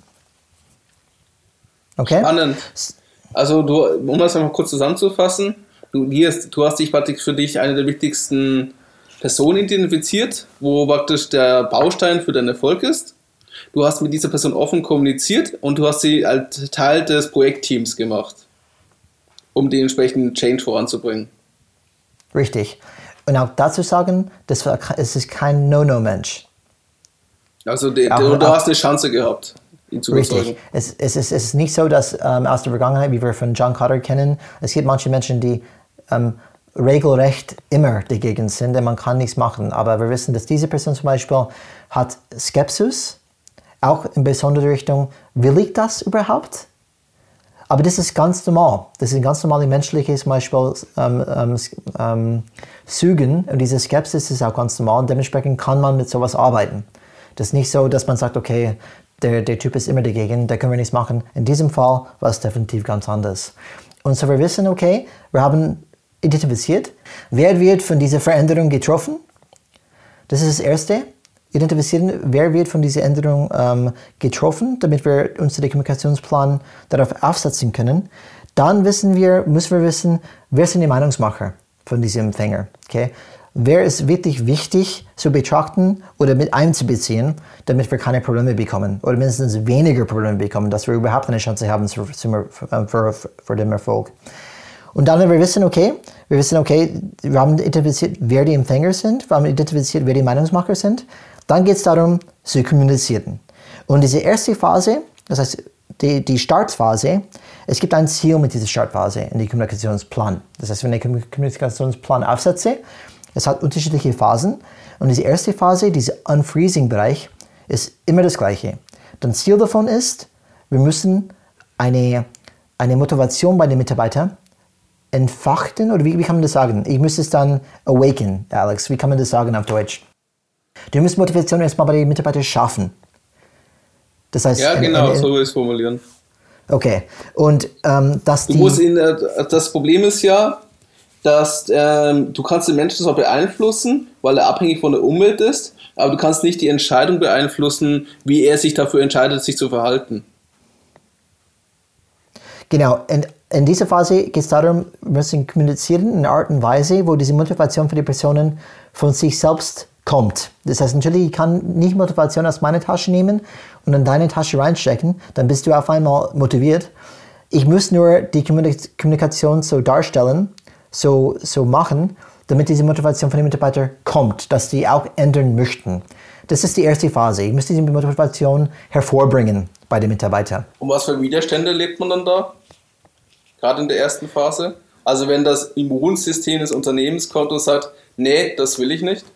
Okay? Spannend. Also um das einmal kurz zusammenzufassen, du hast dich praktisch für dich eine der wichtigsten Personen identifiziert, wo praktisch der Baustein für deinen Erfolg ist. Du hast mit dieser Person offen kommuniziert und du hast sie als Teil des Projektteams gemacht, um den entsprechenden Change voranzubringen. Richtig. Und auch dazu sagen, es ist kein No-No-Mensch. Also du hast eine Chance gehabt. ihn zu überzeugen. Richtig. Es ist nicht so, dass aus der Vergangenheit, wie wir von John Kotter kennen, es gibt manche Menschen, die regelrecht immer dagegen sind, denn man kann nichts machen. Aber wir wissen, dass diese Person zum Beispiel hat Skepsis, auch in besonderer Richtung, will ich das überhaupt? Aber das ist ganz normal. Das ist ein ganz normales menschliches zum Beispiel Zügen, und diese Skepsis ist auch ganz normal und dementsprechend kann man mit sowas arbeiten. Das ist nicht so, dass man sagt, okay, der Typ ist immer dagegen, da können wir nichts machen. In diesem Fall war es definitiv ganz anders. Und so wir wissen, okay, wir haben identifiziert, wer wird von dieser Veränderung getroffen. Das ist das Erste. Identifizieren, wer wird von dieser Änderung getroffen, damit wir unseren Kommunikationsplan darauf aufsetzen können. Dann müssen wir wissen, wer sind die Meinungsmacher von diesem Empfänger. Okay? Wer ist wirklich wichtig zu betrachten oder mit einzubeziehen, damit wir keine Probleme bekommen oder mindestens weniger Probleme bekommen, dass wir überhaupt eine Chance haben für den Erfolg. Und dann, wenn wir wissen, okay, wir haben identifiziert, wer die Empfänger sind, wir haben identifiziert, wer die Meinungsmacher sind, dann geht es darum, zu kommunizieren. Und diese erste Phase, das heißt die Startphase, es gibt ein Ziel mit dieser Startphase in den Kommunikationsplan. Das heißt, wenn ich einen Kommunikationsplan aufsetze, es hat unterschiedliche Phasen. Und diese erste Phase, dieser Unfreezing-Bereich, ist immer das Gleiche. Das Ziel davon ist, wir müssen eine Motivation bei den Mitarbeitern entfachen, oder wie kann man das sagen? Ich müsste es dann awaken, Alex. Wie kann man das sagen auf Deutsch? Du musst Motivation erstmal bei den Mitarbeitern schaffen. Das heißt, ja, genau, so will ich es formulieren. Okay. Und dass das Problem ist ja, dass du kannst den Menschen zwar beeinflussen, weil er abhängig von der Umwelt ist, aber du kannst nicht die Entscheidung beeinflussen, wie er sich dafür entscheidet, sich zu verhalten. Genau. In dieser Phase geht es darum, wir müssen kommunizieren in einer Art und Weise, wo diese Motivation für die Personen von sich selbst kommt. Das heißt natürlich, ich kann nicht Motivation aus meiner Tasche nehmen und in deine Tasche reinstecken, dann bist du auf einmal motiviert. Ich muss nur die Kommunikation so darstellen, so machen, damit diese Motivation von den Mitarbeitern kommt, dass die auch ändern möchten. Das ist die erste Phase. Ich muss diese Motivation hervorbringen bei den Mitarbeitern. Und was für Widerstände erlebt man dann da? Gerade in der ersten Phase? Also wenn das Immunsystem des Unternehmens kommt und sagt, nee, das will ich nicht?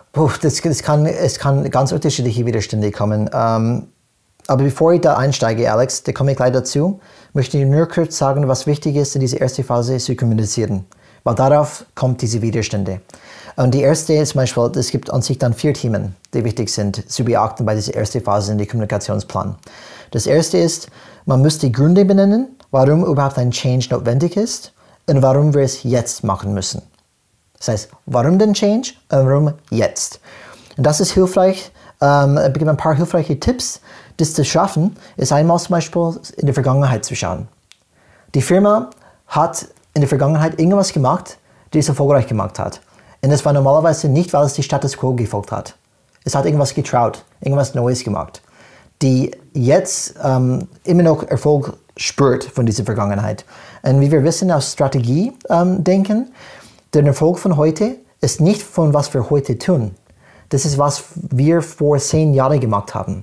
Es kann ganz unterschiedliche Widerstände kommen. Aber bevor ich da einsteige, Alex, da komme ich gleich dazu, möchte ich nur kurz sagen, was wichtig ist, in dieser ersten Phase zu kommunizieren. Weil darauf kommt diese Widerstände. Und die erste ist zum Beispiel, es gibt an sich dann 4 Themen, die wichtig sind zu beachten bei dieser ersten Phase in dem Kommunikationsplan. Das erste ist, man muss die Gründe benennen, warum überhaupt ein Change notwendig ist und warum wir es jetzt machen müssen. Das heißt, warum den Change und warum jetzt? Und das ist hilfreich. Es gibt ein paar hilfreiche Tipps, das zu schaffen, ist einmal zum Beispiel in der Vergangenheit zu schauen. Die Firma hat in der Vergangenheit irgendwas gemacht, die es erfolgreich gemacht hat. Und das war normalerweise nicht, weil es die Status Quo gefolgt hat. Es hat irgendwas getraut, irgendwas Neues gemacht, die jetzt immer noch Erfolg spürt von dieser Vergangenheit. Und wie wir wissen aus Strategie denken, der Erfolg von heute ist nicht von was wir heute tun. Das ist, was wir vor 10 Jahren gemacht haben.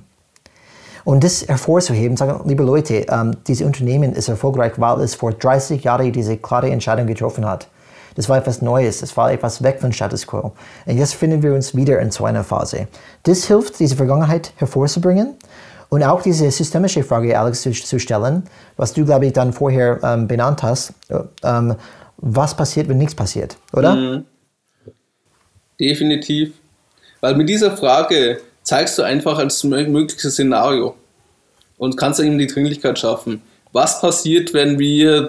Und das hervorzuheben, sagen, liebe Leute, dieses Unternehmen ist erfolgreich, weil es vor 30 Jahren diese klare Entscheidung getroffen hat. Das war etwas Neues, das war etwas weg von Status Quo. Und jetzt finden wir uns wieder in so einer Phase. Das hilft, diese Vergangenheit hervorzubringen und auch diese systemische Frage, Alex, zu stellen, was du, glaube ich, dann vorher benannt hast. Was passiert, wenn nichts passiert, oder? Mhm. Definitiv. Weil mit dieser Frage zeigst du einfach als mögliches Szenario und kannst eben die Dringlichkeit schaffen. Was passiert, wenn wir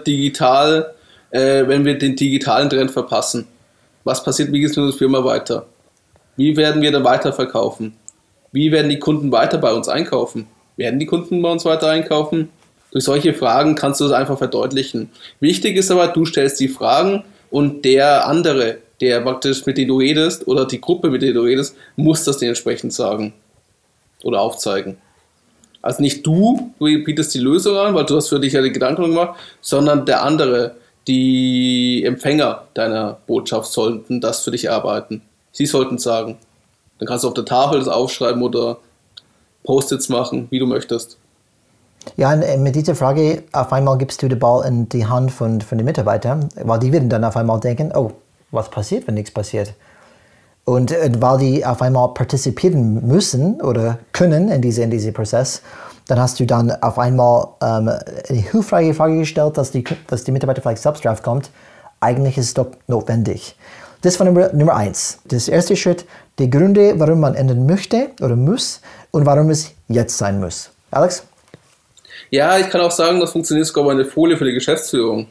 den digitalen Trend verpassen? Was passiert, wie geht es mit unserer Firma weiter? Wie werden wir dann weiterverkaufen? Wie werden die Kunden weiter bei uns einkaufen? Werden die Kunden bei uns weiter einkaufen? Durch solche Fragen kannst du das einfach verdeutlichen. Wichtig ist aber, du stellst die Fragen und der andere, der praktisch mit dem du redest oder die Gruppe, mit der du redest, muss das dir entsprechend sagen oder aufzeigen. Also nicht du bietest die Lösung an, weil du hast für dich ja die Gedanken gemacht, sondern der andere, die Empfänger deiner Botschaft sollten das für dich erarbeiten. Sie sollten sagen. Dann kannst du auf der Tafel das aufschreiben oder Post-its machen, wie du möchtest. Ja, und mit dieser Frage, auf einmal gibst du den Ball in die Hand von den Mitarbeitern, weil die werden dann auf einmal denken, oh, was passiert, wenn nichts passiert? Und weil die auf einmal partizipieren müssen oder können in diesem Prozess, dann hast du dann auf einmal eine hilfreiche Frage gestellt, dass die Mitarbeiter vielleicht selbst drauf kommt. Eigentlich ist es doch notwendig. Das war Nummer 1. Das erste Schritt, die Gründe, warum man ändern möchte oder muss und warum es jetzt sein muss. Alex? Ja, ich kann auch sagen, das funktioniert sogar bei einer Folie für die Geschäftsführung.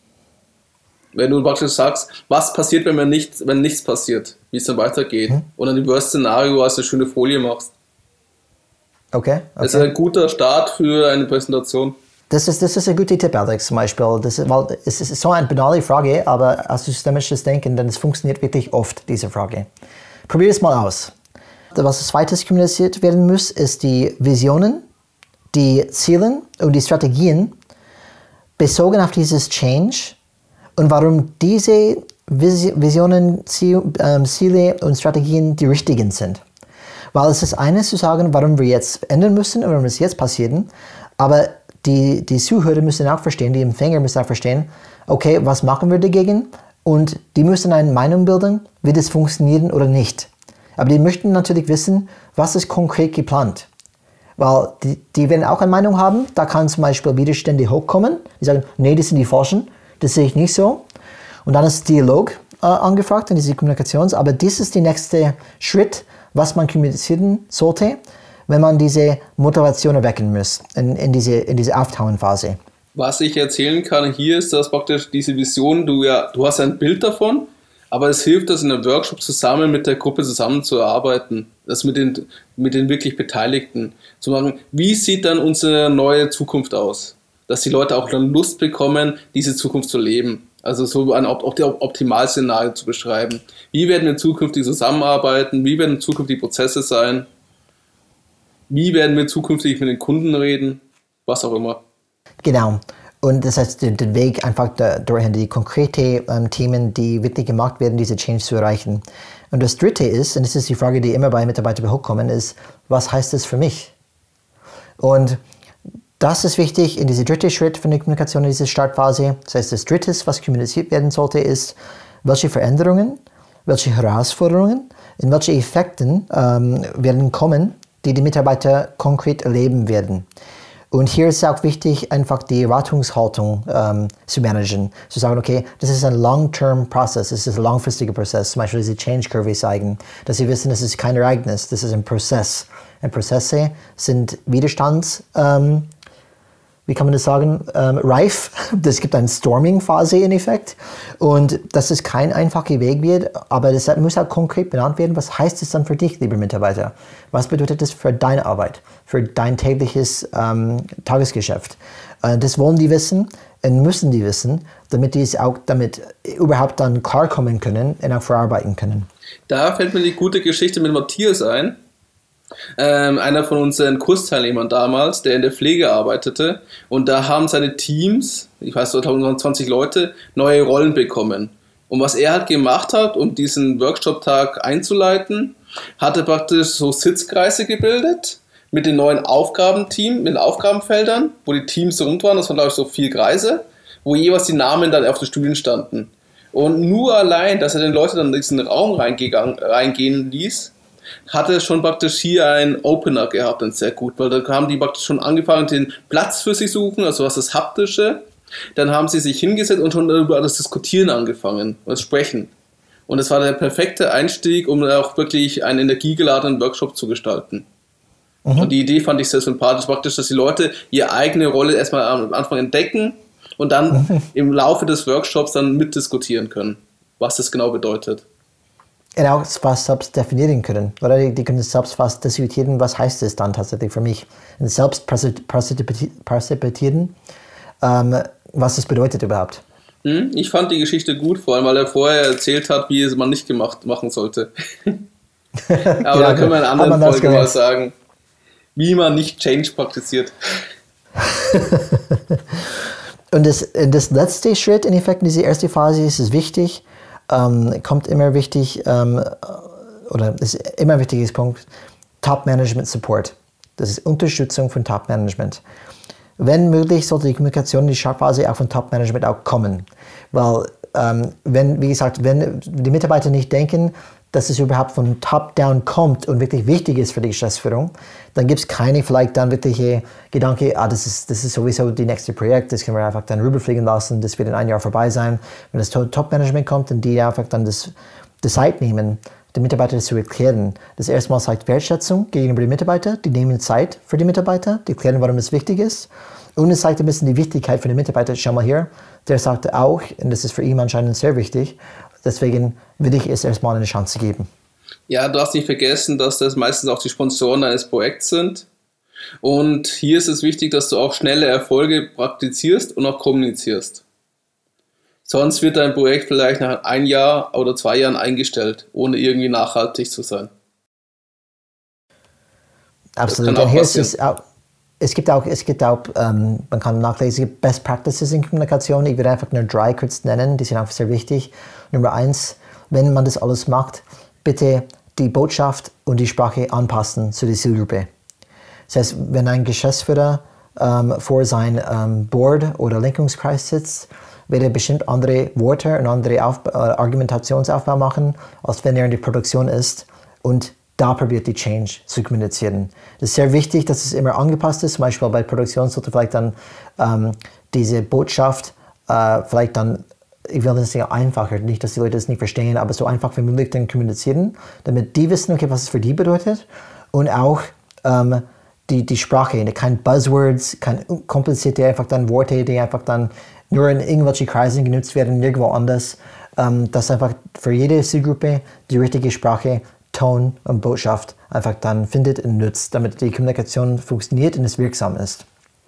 Wenn du praktisch sagst, was passiert, wenn nichts passiert, wie es dann weitergeht. Und dann im Worst-Szenario als eine schöne Folie machst. Okay. Das ist ein guter Start für eine Präsentation. Das ist ein guter Tipp, Alex, zum Beispiel. Weil es ist so eine banale Frage, aber als systemisches Denken, dann es funktioniert wirklich oft, diese Frage. Probier es mal aus. Was als zweites kommuniziert werden muss, ist die Visionen, die Ziele und die Strategien bezogen auf dieses Change und warum diese Visionen, Ziele und Strategien die richtigen sind. Weil es ist eines zu sagen, warum wir jetzt ändern müssen und warum es jetzt passiert, aber die Zuhörer müssen auch verstehen, die Empfänger müssen auch verstehen, okay, was machen wir dagegen? Und die müssen eine Meinung bilden, wird es funktionieren oder nicht. Aber die möchten natürlich wissen, was ist konkret geplant. Weil die werden auch eine Meinung haben, da kann zum Beispiel Widerstände hochkommen, die sagen, nee, das sind die Falschen, das sehe ich nicht so. Und dann ist Dialog angefragt in diese Kommunikations, aber das ist der nächste Schritt, was man kommunizieren sollte, wenn man diese Motivation erwecken muss in diese Auftauenphase. Was ich erzählen kann hier ist, dass praktisch diese Vision, du hast ein Bild davon, aber es hilft, das in einem Workshop zusammen mit der Gruppe zusammenzuarbeiten, das mit den wirklich Beteiligten zu machen. Wie sieht dann unsere neue Zukunft aus? Dass die Leute auch dann Lust bekommen, diese Zukunft zu leben. Also so ein Optimalszenario zu beschreiben. Wie werden wir zukünftig zusammenarbeiten? Wie werden zukünftig Prozesse sein? Wie werden wir zukünftig mit den Kunden reden? Was auch immer. Genau. Und das heißt, den Weg einfach durch die konkreten Themen, die wirklich gemacht werden, diese Change zu erreichen. Und das Dritte ist, und das ist die Frage, die immer bei Mitarbeitern hochkommen, ist, was heißt das für mich? Und das ist wichtig in dieser dritte Schritt von der Kommunikation, in dieser Startphase. Das heißt, das Dritte, was kommuniziert werden sollte, ist, welche Veränderungen, welche Herausforderungen, in welche Effekten werden kommen, die Mitarbeiter konkret erleben werden. Und hier ist es auch wichtig, einfach die Erwartungshaltung zu managen. Zu sagen, okay, das ist ein Long-Term-Prozess, das ist ein langfristiger Prozess. Zum Beispiel diese Change-Curve zeigen, dass sie wissen, das ist kein Ereignis, das ist ein Prozess. Und Prozesse sind wie kann man das sagen, reif. Es gibt eine Storming-Phase in Effekt. Und dass es kein einfacher Weg wird, aber das muss auch konkret benannt werden. Was heißt es dann für dich, lieber Mitarbeiter? Was bedeutet das für deine Arbeit, für dein tägliches Tagesgeschäft? Das wollen die wissen und müssen die wissen, damit die es auch damit überhaupt dann klarkommen können und auch verarbeiten können. Da fällt mir die gute Geschichte mit Matthias ein. Einer von unseren Kursteilnehmern damals, der in der Pflege arbeitete, und da haben seine Teams, ich weiß nicht, 20 Leute, neue Rollen bekommen. Und was er halt gemacht hat, um diesen Workshop-Tag einzuleiten, hat er praktisch so Sitzkreise gebildet mit den neuen Aufgabenteams, mit den Aufgabenfeldern, wo die Teams rund waren, das waren glaube ich so 4 Kreise, wo jeweils die Namen dann auf den Stühlen standen. Und nur allein, dass er den Leuten dann in diesen Raum reingehen ließ, hatte schon praktisch hier einen Opener gehabt, und sehr gut, weil da haben die praktisch schon angefangen, den Platz für sich suchen, also was das Haptische, dann haben sie sich hingesetzt und schon über das Diskutieren angefangen, das Sprechen. Und das war der perfekte Einstieg, um auch wirklich einen energiegeladenen Workshop zu gestalten. Und die Idee fand ich sehr sympathisch, praktisch, dass die Leute ihre eigene Rolle erstmal am Anfang entdecken und dann im Laufe des Workshops dann mitdiskutieren können, was das genau bedeutet. Und auch was selbst definieren können. Oder die können selbst was diskutieren, was heißt es dann tatsächlich für mich. Und selbst perzipieren, was das bedeutet überhaupt. Ich fand die Geschichte gut, vor allem, weil er vorher erzählt hat, wie es man nicht machen sollte. Aber da können wir in einer anderen Folge mal sagen, wie man nicht Change praktiziert. Und das letzte Schritt, in Effekt, in dieser ersten Phase ist es wichtig, kommt immer wichtig, oder ist immer ein wichtiges Punkt, Top-Management-Support. Das ist Unterstützung von Top-Management. wenn möglich, sollte die Kommunikation in die Startphase auch von Top-Management auch kommen. Weil, wenn die Mitarbeiter nicht denken, dass es überhaupt von Top-Down kommt und wirklich wichtig ist für die Geschäftsführung, dann gibt es keine vielleicht dann wirkliche Gedanke, das ist sowieso die nächste Projekt, das können wir einfach dann rüberfliegen lassen, das wird in 1 Jahr vorbei sein. Wenn das Top-Management kommt und die einfach dann die Zeit nehmen, den Mitarbeiter das zu erklären. Das erste Mal zeigt Wertschätzung gegenüber den Mitarbeitern, die nehmen Zeit für die Mitarbeiter, die erklären, warum es wichtig ist. Und es zeigt ein bisschen die Wichtigkeit für den Mitarbeiter. Schau mal hier, der sagt auch, und das ist für ihn anscheinend sehr wichtig, deswegen will ich es erstmal eine Chance geben. Ja, du darfst nicht vergessen, dass das meistens auch die Sponsoren eines Projekts sind. Und hier ist es wichtig, dass du auch schnelle Erfolge praktizierst und auch kommunizierst. Sonst wird dein Projekt vielleicht nach 1 Jahr oder 2 Jahren eingestellt, ohne irgendwie nachhaltig zu sein. Absolut. Und hier ist es gibt auch, man kann nachlesen, Best Practices in Kommunikation. Ich würde einfach nur 3 kurz nennen, die sind einfach sehr wichtig. Nummer 1, wenn man das alles macht, bitte die Botschaft und die Sprache anpassen zu der Zielgruppe. Das heißt, wenn ein Geschäftsführer vor seinem Board oder Lenkungskreis sitzt, wird er bestimmt andere Worte und andere Argumentationsaufbau machen, als wenn er in der Produktion ist und da probiert die Change zu kommunizieren. Es ist sehr wichtig, dass es immer angepasst ist. Zum Beispiel bei Produktion sollte vielleicht dann diese Botschaft vielleicht dann, ich will das nicht einfacher, nicht, dass die Leute das nicht verstehen, aber so einfach wie möglich dann kommunizieren, damit die wissen, okay, was es für die bedeutet. Und auch die Sprache, keine Buzzwords, keine komplizierte einfach dann Worte, die einfach dann nur in irgendwelchen Kreisen genutzt werden, nirgendwo anders. Dass einfach für jede Zielgruppe die richtige Sprache, Ton und Botschaft einfach dann findet und nutzt, damit die Kommunikation funktioniert und es wirksam ist.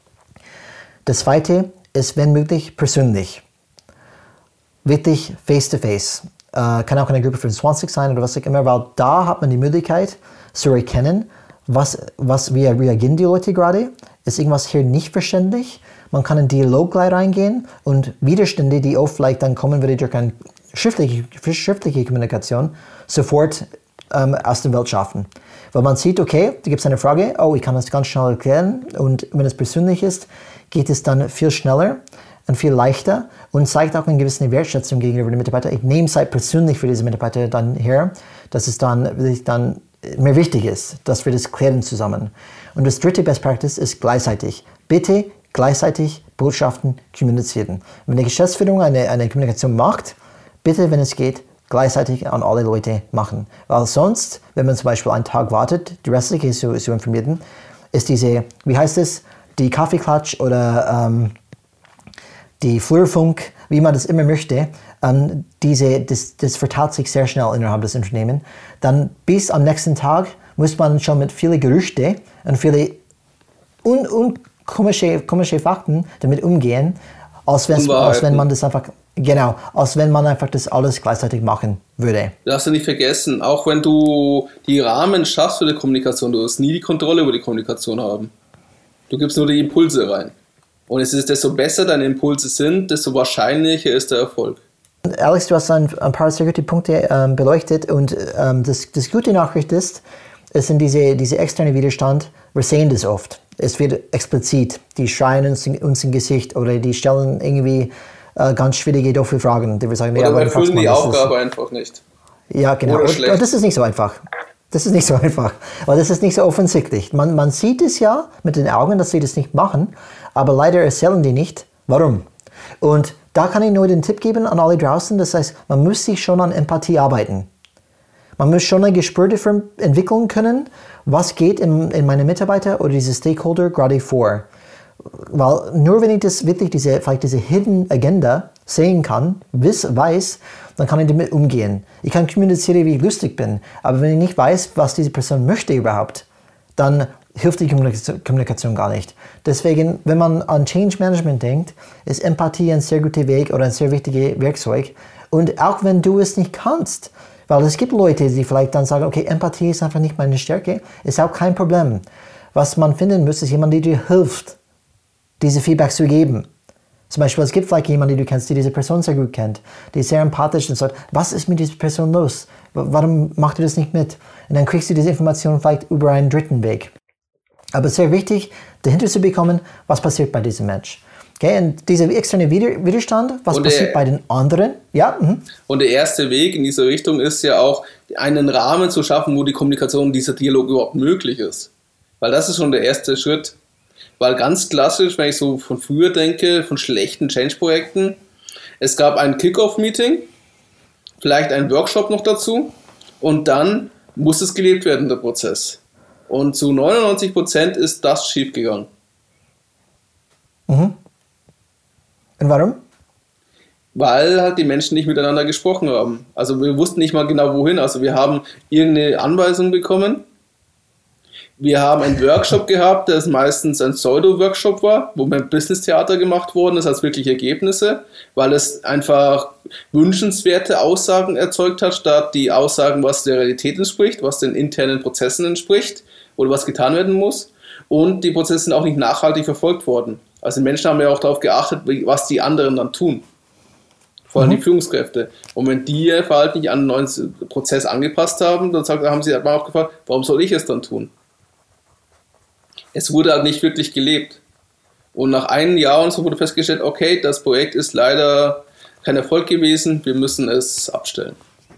Das Zweite ist, wenn möglich, persönlich. Wirklich face-to-face. Kann auch eine Gruppe von 20 sein oder was auch immer, weil da hat man die Möglichkeit zu erkennen, wie reagieren die Leute gerade. Ist irgendwas hier nicht verständlich? Man kann in Dialog gleich reingehen und Widerstände, die oft vielleicht dann kommen würde durch eine schriftliche Kommunikation, sofort aus der Welt schaffen. Weil man sieht, okay, da gibt es eine Frage, ich kann das ganz schnell erklären und wenn es persönlich ist, geht es dann viel schneller und viel leichter und zeigt auch eine gewisse Wertschätzung gegenüber den Mitarbeitern. Ich nehme Zeit persönlich für diese Mitarbeiter dann her, dass es dann wirklich dann mir wichtig ist, dass wir das klären zusammen. Und das dritte Best Practice ist gleichzeitig. Bitte gleichzeitig Botschaften kommunizieren. Wenn die Geschäftsführung eine Kommunikation macht, bitte, wenn es geht, gleichzeitig an alle Leute machen. Weil sonst, wenn man zum Beispiel einen Tag wartet, die restliche zu informieren, ist diese, wie heißt es, die Kaffeeklatsch oder die Flurfunk, wie man das immer möchte, das verteilt sich sehr schnell innerhalb des Unternehmens. Dann bis am nächsten Tag muss man schon mit vielen Gerüchte und vielen komische Fakten damit umgehen, als wenn man das einfach als wenn man einfach das alles gleichzeitig machen würde. Du darfst ja nicht vergessen, auch wenn du die Rahmen schaffst für die Kommunikation, du wirst nie die Kontrolle über die Kommunikation haben. Du gibst nur die Impulse rein. Und es ist, desto besser deine Impulse sind, desto wahrscheinlicher ist der Erfolg. Alex, du hast ein paar sehr gute Punkte beleuchtet und das gute Nachricht ist, es sind diese externe Widerstand, wir sehen das oft. Es wird explizit, die schreien uns ins Gesicht oder die stellen irgendwie ganz schwierige, doofe Fragen. Die wir sagen, oder wir erfüllen die Aufgabe einfach nicht. Ja, genau. Und das ist nicht so einfach. Weil das ist nicht so offensichtlich. Man sieht es ja mit den Augen, dass sie das nicht machen, aber leider erzählen die nicht, warum. Und da kann ich nur den Tipp geben an alle draußen, das heißt, man muss sich schon an Empathie arbeiten. Man muss schon ein Gespür dafür entwickeln können, was geht in meine Mitarbeiter oder diese Stakeholder gerade vor. Weil nur wenn ich das wirklich diese Hidden Agenda sehen kann, weiß, dann kann ich damit umgehen. Ich kann kommunizieren, wie ich lustig bin, aber wenn ich nicht weiß, was diese Person möchte überhaupt, dann hilft die Kommunikation gar nicht. Deswegen, wenn man an Change Management denkt, ist Empathie ein sehr guter Weg oder ein sehr wichtiges Werkzeug. Und auch wenn du es nicht kannst, weil es gibt Leute, die vielleicht dann sagen, okay, Empathie ist einfach nicht meine Stärke, ist auch kein Problem. Was man finden muss, ist jemand, der dir hilft, diese Feedback zu geben. Zum Beispiel, es gibt vielleicht jemanden, den du kennst, die diese Person sehr gut kennt, die ist sehr empathisch und sagt, was ist mit dieser Person los? Warum macht du das nicht mit? Und dann kriegst du diese Information vielleicht über einen dritten Weg. Aber es ist sehr wichtig, dahinter zu bekommen, was passiert bei diesem Mensch. Okay, und dieser externe Widerstand, was passiert bei den anderen? Ja. Und der erste Weg in diese Richtung ist ja auch, einen Rahmen zu schaffen, wo die Kommunikation, dieser Dialog überhaupt möglich ist. Weil das ist schon der erste Schritt. Weil ganz klassisch, wenn ich so von früher denke, von schlechten Change-Projekten, es gab ein Kick-Off-Meeting, vielleicht einen Workshop noch dazu und dann muss es gelebt werden, der Prozess. Und zu 99% ist das schiefgegangen. Mhm. Und warum? Weil halt die Menschen nicht miteinander gesprochen haben. Also wir wussten nicht mal genau wohin. Also wir haben irgendeine Anweisung bekommen. Wir haben einen Workshop gehabt, der meistens ein Pseudo-Workshop war, wo ein Business-Theater gemacht worden ist als wirkliche Ergebnisse, weil es einfach wünschenswerte Aussagen erzeugt hat, statt die Aussagen, was der Realität entspricht, was den internen Prozessen entspricht oder was getan werden muss. Und die Prozesse sind auch nicht nachhaltig verfolgt worden. Also die Menschen haben ja auch darauf geachtet, was die anderen dann tun. Vor allem die Führungskräfte. Und wenn die ihr Verhalten nicht an einen neuen Prozess angepasst haben, dann haben sie auch gefragt, warum soll ich es dann tun? Es wurde halt nicht wirklich gelebt. Und nach einem Jahr und so wurde festgestellt, okay, das Projekt ist leider kein Erfolg gewesen, wir müssen es abstellen.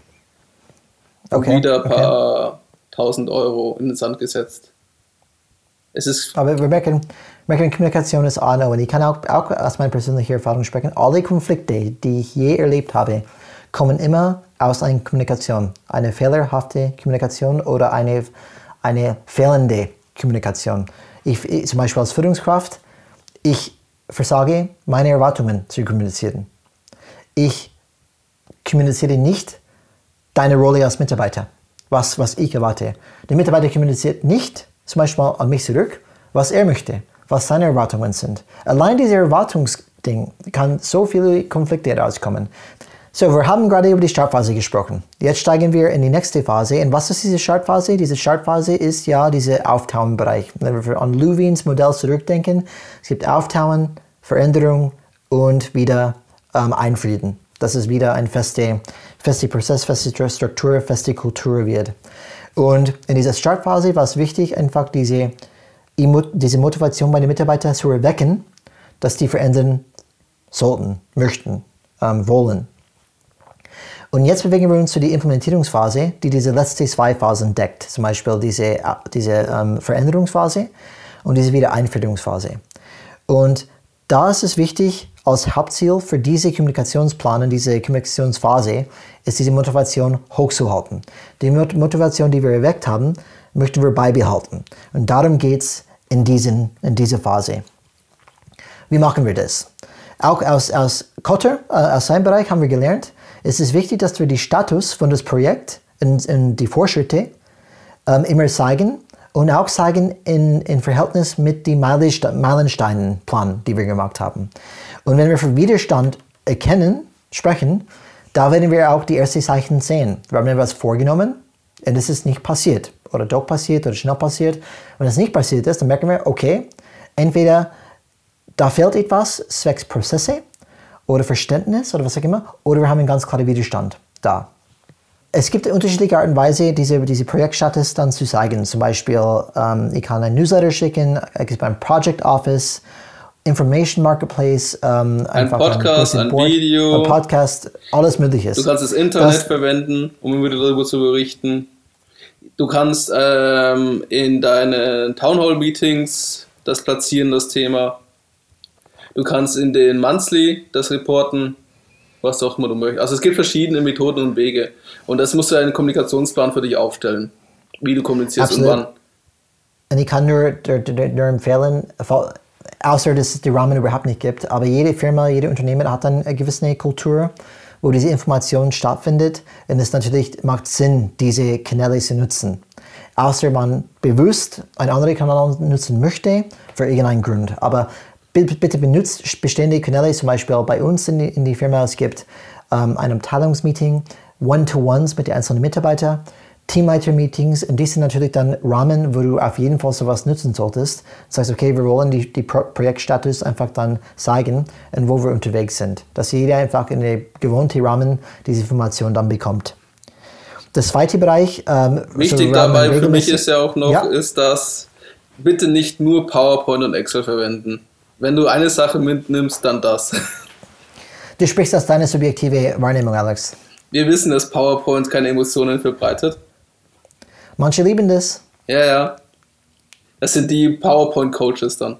Okay, wieder ein paar 1000 Euro in den Sand gesetzt. Es ist Aber wir merken, Kommunikation ist A und ich kann auch aus meiner persönlichen Erfahrung sprechen. Alle Konflikte, die ich je erlebt habe, kommen immer aus einer Kommunikation. Eine fehlerhafte Kommunikation oder eine fehlende Kommunikation. Ich zum Beispiel als Führungskraft, ich versage, meine Erwartungen zu kommunizieren. Ich kommuniziere nicht deine Rolle als Mitarbeiter, was ich erwarte. Der Mitarbeiter kommuniziert nicht zum Beispiel an mich zurück, was er möchte, was seine Erwartungen sind. Allein diese Erwartungsding kann so viele Konflikte herauskommen. So, wir haben gerade über die Startphase gesprochen. Jetzt steigen wir in die nächste Phase. Und was ist diese Startphase? Diese Startphase ist ja dieser Auftauen-Bereich. Wenn wir an Lewins Modell zurückdenken, es gibt Auftauen, Veränderung und wieder Einfrieden. Das ist wieder ein fester Prozess, feste Struktur, feste Kultur wird. Und in dieser Startphase war es wichtig, einfach diese Motivation bei den Mitarbeitern zu erwecken, dass die verändern sollten, möchten, wollen. Und jetzt bewegen wir uns zu der Implementierungsphase, die diese letzten zwei Phasen deckt. Zum Beispiel diese Veränderungsphase und diese Wiedereinführungsphase. Und da ist es wichtig, als Hauptziel für diese Kommunikationsplan und diese Kommunikationsphase ist diese Motivation hochzuhalten. Die Motivation, die wir erweckt haben, möchten wir beibehalten. Und darum geht es in dieser Phase. Wie machen wir das? Auch aus Kotter, aus seinem Bereich haben wir gelernt, es ist wichtig, dass wir den Status von das Projekt und die Fortschritte immer zeigen und auch zeigen in Verhältnis mit dem Meilensteinplan, die wir gemacht haben. Und wenn wir von Widerstand sprechen, da werden wir auch die ersten Zeichen sehen. Wir haben etwas vorgenommen und es ist nicht passiert oder doch passiert oder schnell passiert. Wenn es nicht passiert ist, dann merken wir, okay, entweder da fehlt etwas zwecks Prozesse oder Verständnis oder was auch immer, oder wir haben einen ganz klaren Widerstand da. Es gibt unterschiedliche Arten und Weise, diese Projektstatus dann zu zeigen. Zum Beispiel, ich kann ein Newsletter schicken, es gibt ein Project Office, Information Marketplace, ein Podcast, ein Video, ein Podcast, alles Mögliche. Du kannst das Internet verwenden, um immer darüber zu berichten. Du kannst in deinen Townhall-Meetings das platzieren, das Thema. Du kannst in den Monthly das reporten, was auch immer du möchtest. Also es gibt verschiedene Methoden und Wege. Und das musst du einen Kommunikationsplan für dich aufstellen, wie du kommunizierst. Absolut. Und wann. Und ich kann nur empfehlen, außer dass es die Rahmen überhaupt nicht gibt, aber jede Firma, jede Unternehmen hat dann eine gewisse Kultur, wo diese Information stattfindet. Und es natürlich macht Sinn, diese Kanäle zu nutzen. Außer man bewusst einen anderen Kanal nutzen möchte, für irgendeinen Grund. Aber bitte benutzt bestehende Kanäle, zum Beispiel bei uns in die Firma. Es gibt ein Abteilungsmeeting, One-to-Ones mit den einzelnen Mitarbeitern, Teamleiter-Meetings, und die sind natürlich dann Rahmen, wo du auf jeden Fall sowas nutzen solltest. Das heißt, okay, wir wollen die Projektstatus einfach dann zeigen und wo wir unterwegs sind. Dass jeder einfach in den gewohnten Rahmen diese Information dann bekommt. Der zweite Bereich... Wichtig dabei für mich ist ja auch noch, ist, dass bitte nicht nur PowerPoint und Excel verwenden. Wenn du eine Sache mitnimmst, dann das. Du sprichst aus deiner subjektive Wahrnehmung, Alex. Wir wissen, dass PowerPoint keine Emotionen verbreitet. Manche lieben das. Ja. Das sind die PowerPoint-Coaches dann.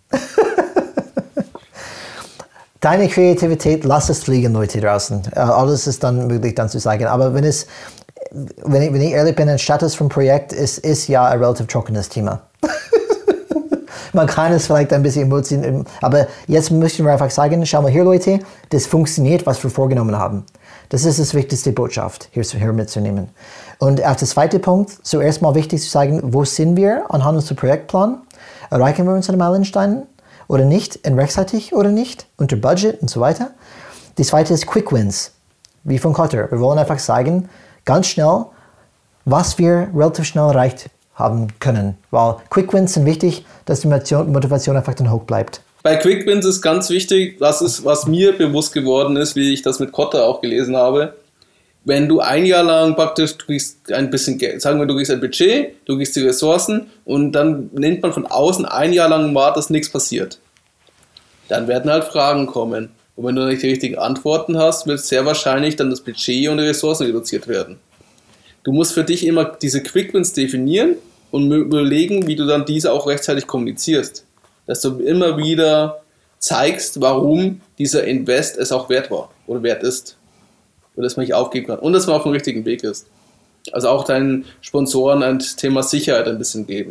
Deine Kreativität, lass es fliegen, Leute draußen. Alles ist dann möglich, dann zu sagen. Aber wenn ich ehrlich bin, ein Status vom Projekt ist ja ein relativ trockenes Thema. Man kann es vielleicht ein bisschen emotional, aber jetzt möchten wir einfach sagen, schau mal hier, Leute, das funktioniert, was wir vorgenommen haben. Das ist das wichtigste Botschaft, hier mitzunehmen. Und auf der zweite Punkt, zuerst mal wichtig zu sagen, wo sind wir anhand unseres Projektplans? Erreichen wir unsere Meilensteine oder nicht, rechtzeitig oder nicht, unter Budget und so weiter. Die zweite ist Quick Wins, wie von Kotter. Wir wollen einfach sagen, ganz schnell, was wir relativ schnell erreicht haben können. Weil Quick Wins sind wichtig, dass die Motivation einfach dann hoch bleibt. Bei Quick Wins ist ganz wichtig, das ist, was mir bewusst geworden ist, wie ich das mit Kotter auch gelesen habe. Wenn du ein Jahr lang praktisch, du kriegst ein bisschen Geld, sagen wir, du kriegst ein Budget, du kriegst die Ressourcen und dann nimmt man von außen ein Jahr lang wahr, dass nichts passiert. Dann werden halt Fragen kommen. Und wenn du nicht die richtigen Antworten hast, wird sehr wahrscheinlich dann das Budget und die Ressourcen reduziert werden. Du musst für dich immer diese Quick Wins definieren und überlegen, wie du dann diese auch rechtzeitig kommunizierst. Dass du immer wieder zeigst, warum dieser Invest es auch wert war oder wert ist. Oder dass man nicht aufgeben kann. Und dass man auf dem richtigen Weg ist. Also auch deinen Sponsoren ein Thema Sicherheit ein bisschen geben.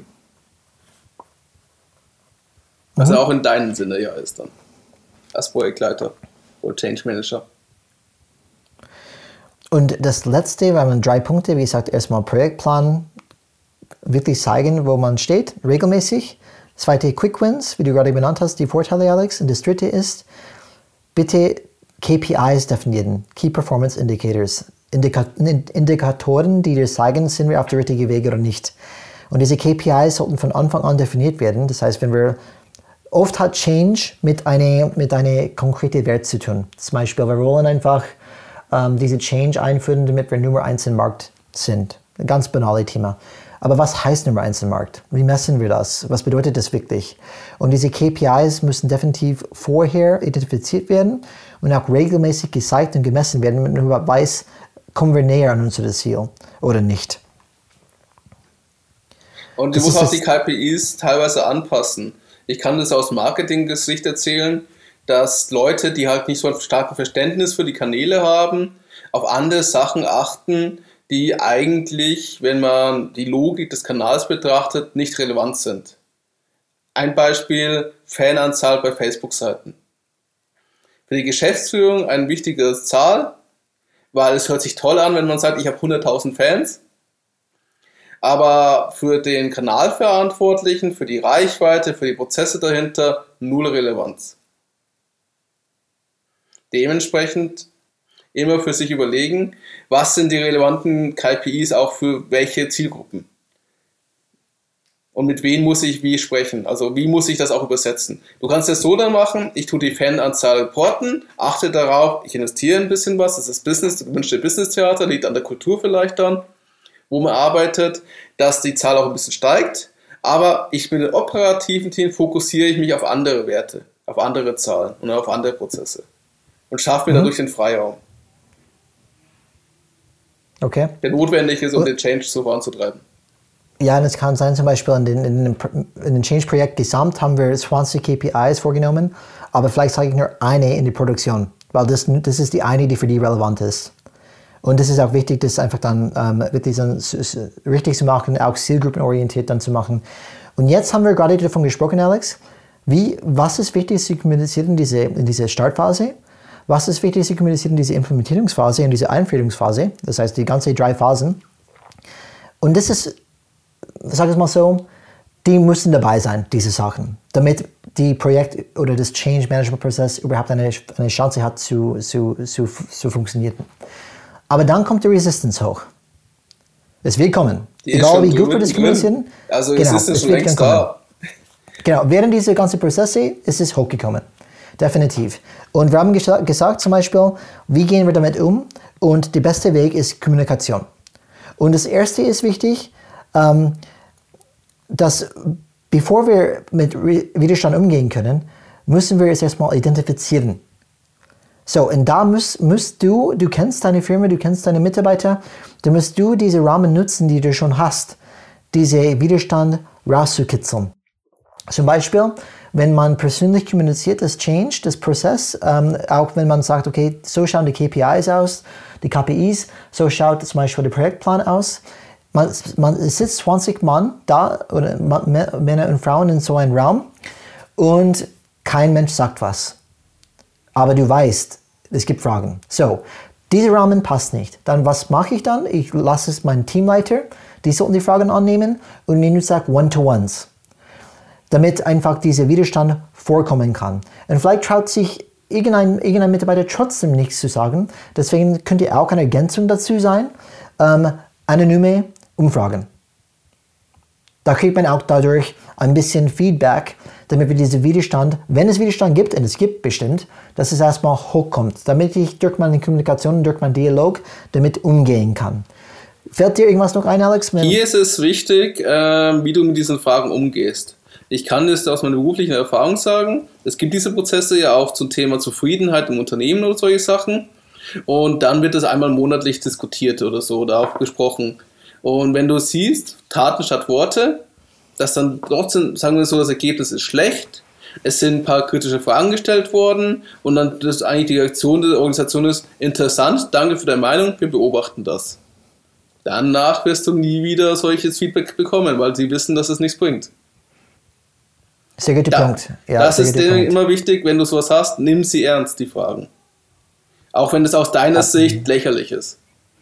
Was auch in deinem Sinne ja ist dann. Als Projektleiter oder Change Manager. Und das letzte, wir haben 3 Punkte, wie gesagt, erstmal Projektplan, wirklich zeigen, wo man steht, regelmäßig. Zweite, Quick Wins, wie du gerade benannt hast, die Vorteile, Alex. Und das dritte ist, bitte KPIs definieren, Key Performance Indicators, Indikatoren, die dir zeigen, sind wir auf der richtigen Weg oder nicht. Und diese KPIs sollten von Anfang an definiert werden. Das heißt, oft hat Change mit einer konkreten Wert zu tun. Zum Beispiel, wir wollen einfach diese Change einführen, damit wir Nummer 1 im Markt sind. Ein ganz banales Thema. Aber was heißt Nummer 1 im Markt? Wie messen wir das? Was bedeutet das wirklich? Und diese KPIs müssen definitiv vorher identifiziert werden und auch regelmäßig gezeigt und gemessen werden, damit man überhaupt weiß, kommen wir näher an unser Ziel oder nicht. Und du musst auch die KPIs teilweise anpassen. Ich kann das aus Marketing-Sicht erzählen, dass Leute, die halt nicht so ein starkes Verständnis für die Kanäle haben, auf andere Sachen achten, die eigentlich, wenn man die Logik des Kanals betrachtet, nicht relevant sind. Ein Beispiel, Fananzahl bei Facebook-Seiten. Für die Geschäftsführung eine wichtige Zahl, weil es hört sich toll an, wenn man sagt, ich habe 100.000 Fans. Aber für den Kanalverantwortlichen, für die Reichweite, für die Prozesse dahinter, null Relevanz. Dementsprechend immer für sich überlegen, was sind die relevanten KPIs auch für welche Zielgruppen. Und mit wem muss ich wie sprechen, also wie muss ich das auch übersetzen. Du kannst es so dann machen, ich tue die Fananzahl reporten, achte darauf, ich investiere ein bisschen was, das ist Business, gewünschte Business-Theater, liegt an der Kultur vielleicht dann, wo man arbeitet, dass die Zahl auch ein bisschen steigt, aber ich mit dem operativen Team fokussiere ich mich auf andere Werte, auf andere Zahlen und auf andere Prozesse und schaffe mir dadurch den Freiraum. Okay. Der notwendig ist, um den Change so voranzutreiben. Ja, und es kann sein, zum Beispiel in dem Change-Projekt gesamt haben wir 20 KPIs vorgenommen, aber vielleicht sage ich nur eine in die Produktion, weil das ist die eine, die für die relevant ist. Und das ist auch wichtig, das einfach dann wirklich dann richtig zu machen, auch zielgruppenorientiert dann zu machen. Und jetzt haben wir gerade davon gesprochen, Alex, was ist wichtig zu kommunizieren in dieser Startphase, was ist wichtig zu kommunizieren in dieser Implementierungsphase, in dieser Einführungsphase, das heißt die ganzen 3 Phasen. Und das ist, sag es mal so, die müssen dabei sein, diese Sachen, damit die Projekt- oder das Change-Management-Prozess überhaupt eine Chance hat zu funktionieren. Aber dann kommt die Resistance hoch. Es wird kommen. Egal wie gut wir das kommunizieren. Also Resistance ist schon längst da. Genau, während dieser ganzen Prozesse ist es hochgekommen. Definitiv. Und wir haben gesagt zum Beispiel, wie gehen wir damit um? Und der beste Weg ist Kommunikation. Und das Erste ist wichtig, dass bevor wir mit Widerstand umgehen können, müssen wir es erstmal identifizieren. So, und da musst du kennst deine Firma, du kennst deine Mitarbeiter, da musst du diese Rahmen nutzen, die du schon hast, diese Widerstand rauszukitzeln. Zum Beispiel, wenn man persönlich kommuniziert, das Change, das Prozess, auch wenn man sagt, okay, so schauen die KPIs aus, die KPIs, so schaut zum Beispiel der Projektplan aus. Es sitzt 20 Mann da, oder Männer und Frauen in so einem Raum und kein Mensch sagt was. Aber du weißt, es gibt Fragen. So, dieser Rahmen passt nicht. Dann, was mache ich dann? Ich lasse es meinen Teamleiter, die sollten die Fragen annehmen und ich sage One-to-Ones, damit einfach dieser Widerstand vorkommen kann. Und vielleicht traut sich irgendein Mitarbeiter trotzdem nichts zu sagen. Deswegen könnte auch eine Ergänzung dazu sein, anonyme Umfragen. Da kriegt man auch dadurch ein bisschen Feedback, damit wir diesen Widerstand, wenn es Widerstand gibt, und es gibt bestimmt, dass es erstmal hochkommt, damit ich durch meine Kommunikation, durch meinen Dialog damit umgehen kann. Fällt dir irgendwas noch ein, Alex? Hier ist es wichtig, wie du mit diesen Fragen umgehst. Ich kann das aus meiner beruflichen Erfahrung sagen. Es gibt diese Prozesse ja auch zum Thema Zufriedenheit im Unternehmen oder solche Sachen. Und dann wird das einmal monatlich diskutiert oder so oder auch besprochen. Und wenn du siehst, Taten statt Worte, dass dann trotzdem, sagen wir so, das Ergebnis ist schlecht, es sind ein paar kritische Fragen gestellt worden und dann ist eigentlich die Reaktion der Organisation ist, interessant, danke für deine Meinung, wir beobachten das. Danach wirst du nie wieder solches Feedback bekommen, weil sie wissen, dass es nichts bringt. Sehr guter Punkt. Ja, das ist dir immer wichtig, wenn du sowas hast, nimm sie ernst, die Fragen. Auch wenn es aus deiner Sicht lächerlich ist.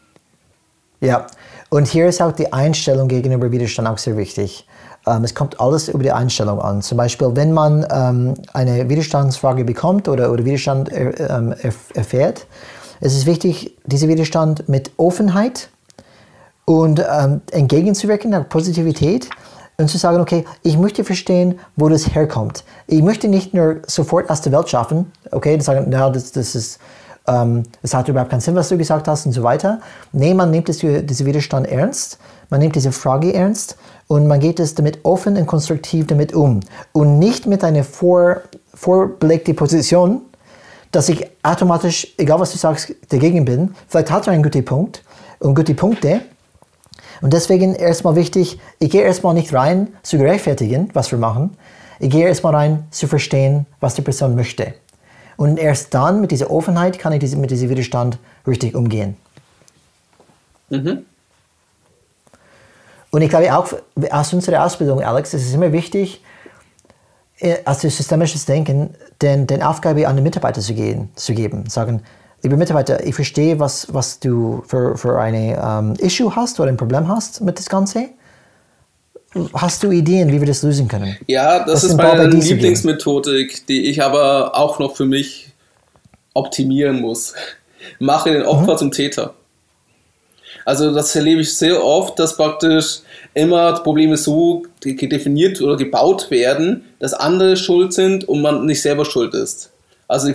Ja, und hier ist auch die Einstellung gegenüber Widerstand auch sehr wichtig. Es kommt alles über die Einstellung an. Zum Beispiel, wenn man eine Widerstandsfrage bekommt oder Widerstand erfährt, es ist wichtig, diesen Widerstand mit Offenheit und entgegenzuwirken, nach Positivität und zu sagen, okay, ich möchte verstehen, wo das herkommt. Ich möchte nicht nur sofort aus der Welt schaffen, okay, sagen, na, das ist es hat überhaupt keinen Sinn, was du gesagt hast und so weiter. Nee, man nimmt diesen Widerstand ernst, man nimmt diese Frage ernst und man geht es damit offen und konstruktiv damit um. Und nicht mit einer vorbelegten Position, dass ich automatisch, egal was du sagst, dagegen bin. Vielleicht hat er einen guten Punkt und gute Punkte. Und deswegen erstmal wichtig, ich gehe erstmal nicht rein zu rechtfertigen, was wir machen. Ich gehe erstmal rein zu verstehen, was die Person möchte. Und erst dann, mit dieser Offenheit, kann ich mit diesem Widerstand richtig umgehen. Mhm. Und ich glaube auch, aus unserer Ausbildung, Alex, ist es immer wichtig, als systemisches Denken, den Aufgabe an den Mitarbeiter zu geben. Sagen, lieber Mitarbeiter, ich verstehe, was du für eine Issue hast oder ein Problem hast mit das Ganze. Hast du Ideen, wie wir das lösen können? Ja, das ist meine Lieblingsmethodik, die ich aber auch noch für mich optimieren muss. Mache den Opfer zum Täter. Also das erlebe ich sehr oft, dass praktisch immer Probleme so definiert oder gebaut werden, dass andere schuld sind und man nicht selber schuld ist. Also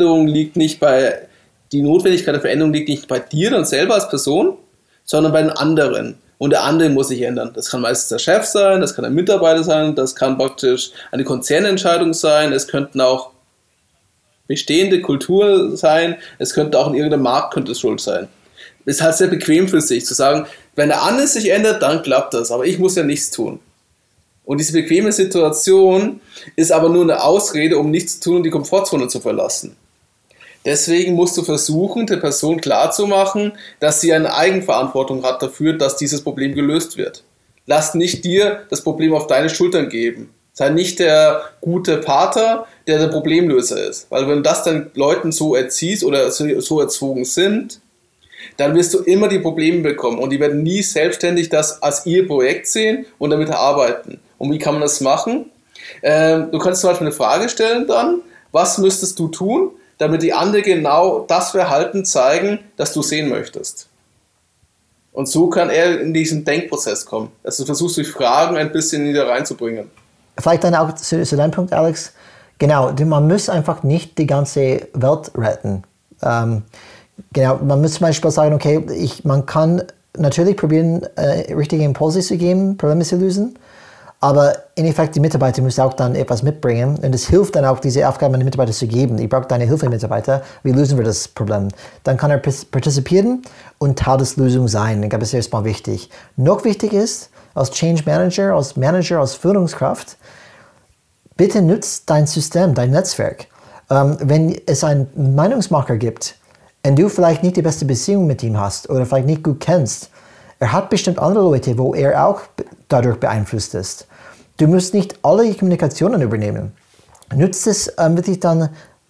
die Notwendigkeit der Veränderung liegt nicht bei dir dann selber als Person, sondern bei den anderen. Und der andere muss sich ändern. Das kann meistens der Chef sein, das kann ein Mitarbeiter sein, das kann praktisch eine Konzernentscheidung sein, es könnten auch bestehende Kultur sein, es könnte auch in irgendeinem Markt könnte es schuld sein. Es ist halt sehr bequem für sich zu sagen, wenn der andere sich ändert, dann klappt das, aber ich muss ja nichts tun. Und diese bequeme Situation ist aber nur eine Ausrede, um nichts zu tun und die Komfortzone zu verlassen. Deswegen musst du versuchen, der Person klarzumachen, dass sie eine Eigenverantwortung hat dafür, dass dieses Problem gelöst wird. Lass nicht dir das Problem auf deine Schultern geben. Sei nicht der gute Vater, der Problemlöser ist. Weil wenn du das dann Leuten so erziehst oder so erzogen sind, dann wirst du immer die Probleme bekommen und die werden nie selbstständig das als ihr Projekt sehen und damit arbeiten. Und wie kann man das machen? Du kannst zum Beispiel eine Frage stellen dann, was müsstest du tun, damit die anderen genau das Verhalten zeigen, das du sehen möchtest. Und so kann er in diesen Denkprozess kommen. Also du versuchst durch Fragen ein bisschen wieder reinzubringen. Vielleicht dann auch zu deinem Punkt, Alex. Genau, man muss einfach nicht die ganze Welt retten. Genau, man muss zum Beispiel sagen, okay, man kann natürlich probieren, richtige Impulse zu geben, Probleme zu lösen, Aber in Effekt, die Mitarbeiter müssen auch dann etwas mitbringen und es hilft dann auch, diese Aufgaben an die Mitarbeiter zu geben. Ich brauche deine Hilfe, Mitarbeiter. Wie lösen wir das Problem? Dann kann er partizipieren und Teil des Lösung sein. Ich glaube, das ist erstmal wichtig. Noch wichtig ist, als Change Manager, als Führungskraft, bitte nutzt dein System, dein Netzwerk. Wenn es einen Meinungsmacher gibt und du vielleicht nicht die beste Beziehung mit ihm hast oder vielleicht nicht gut kennst, er hat bestimmt andere Leute, wo er auch dadurch beeinflusst ist. Du musst nicht alle Kommunikationen übernehmen. Nutzt es wirklich dann,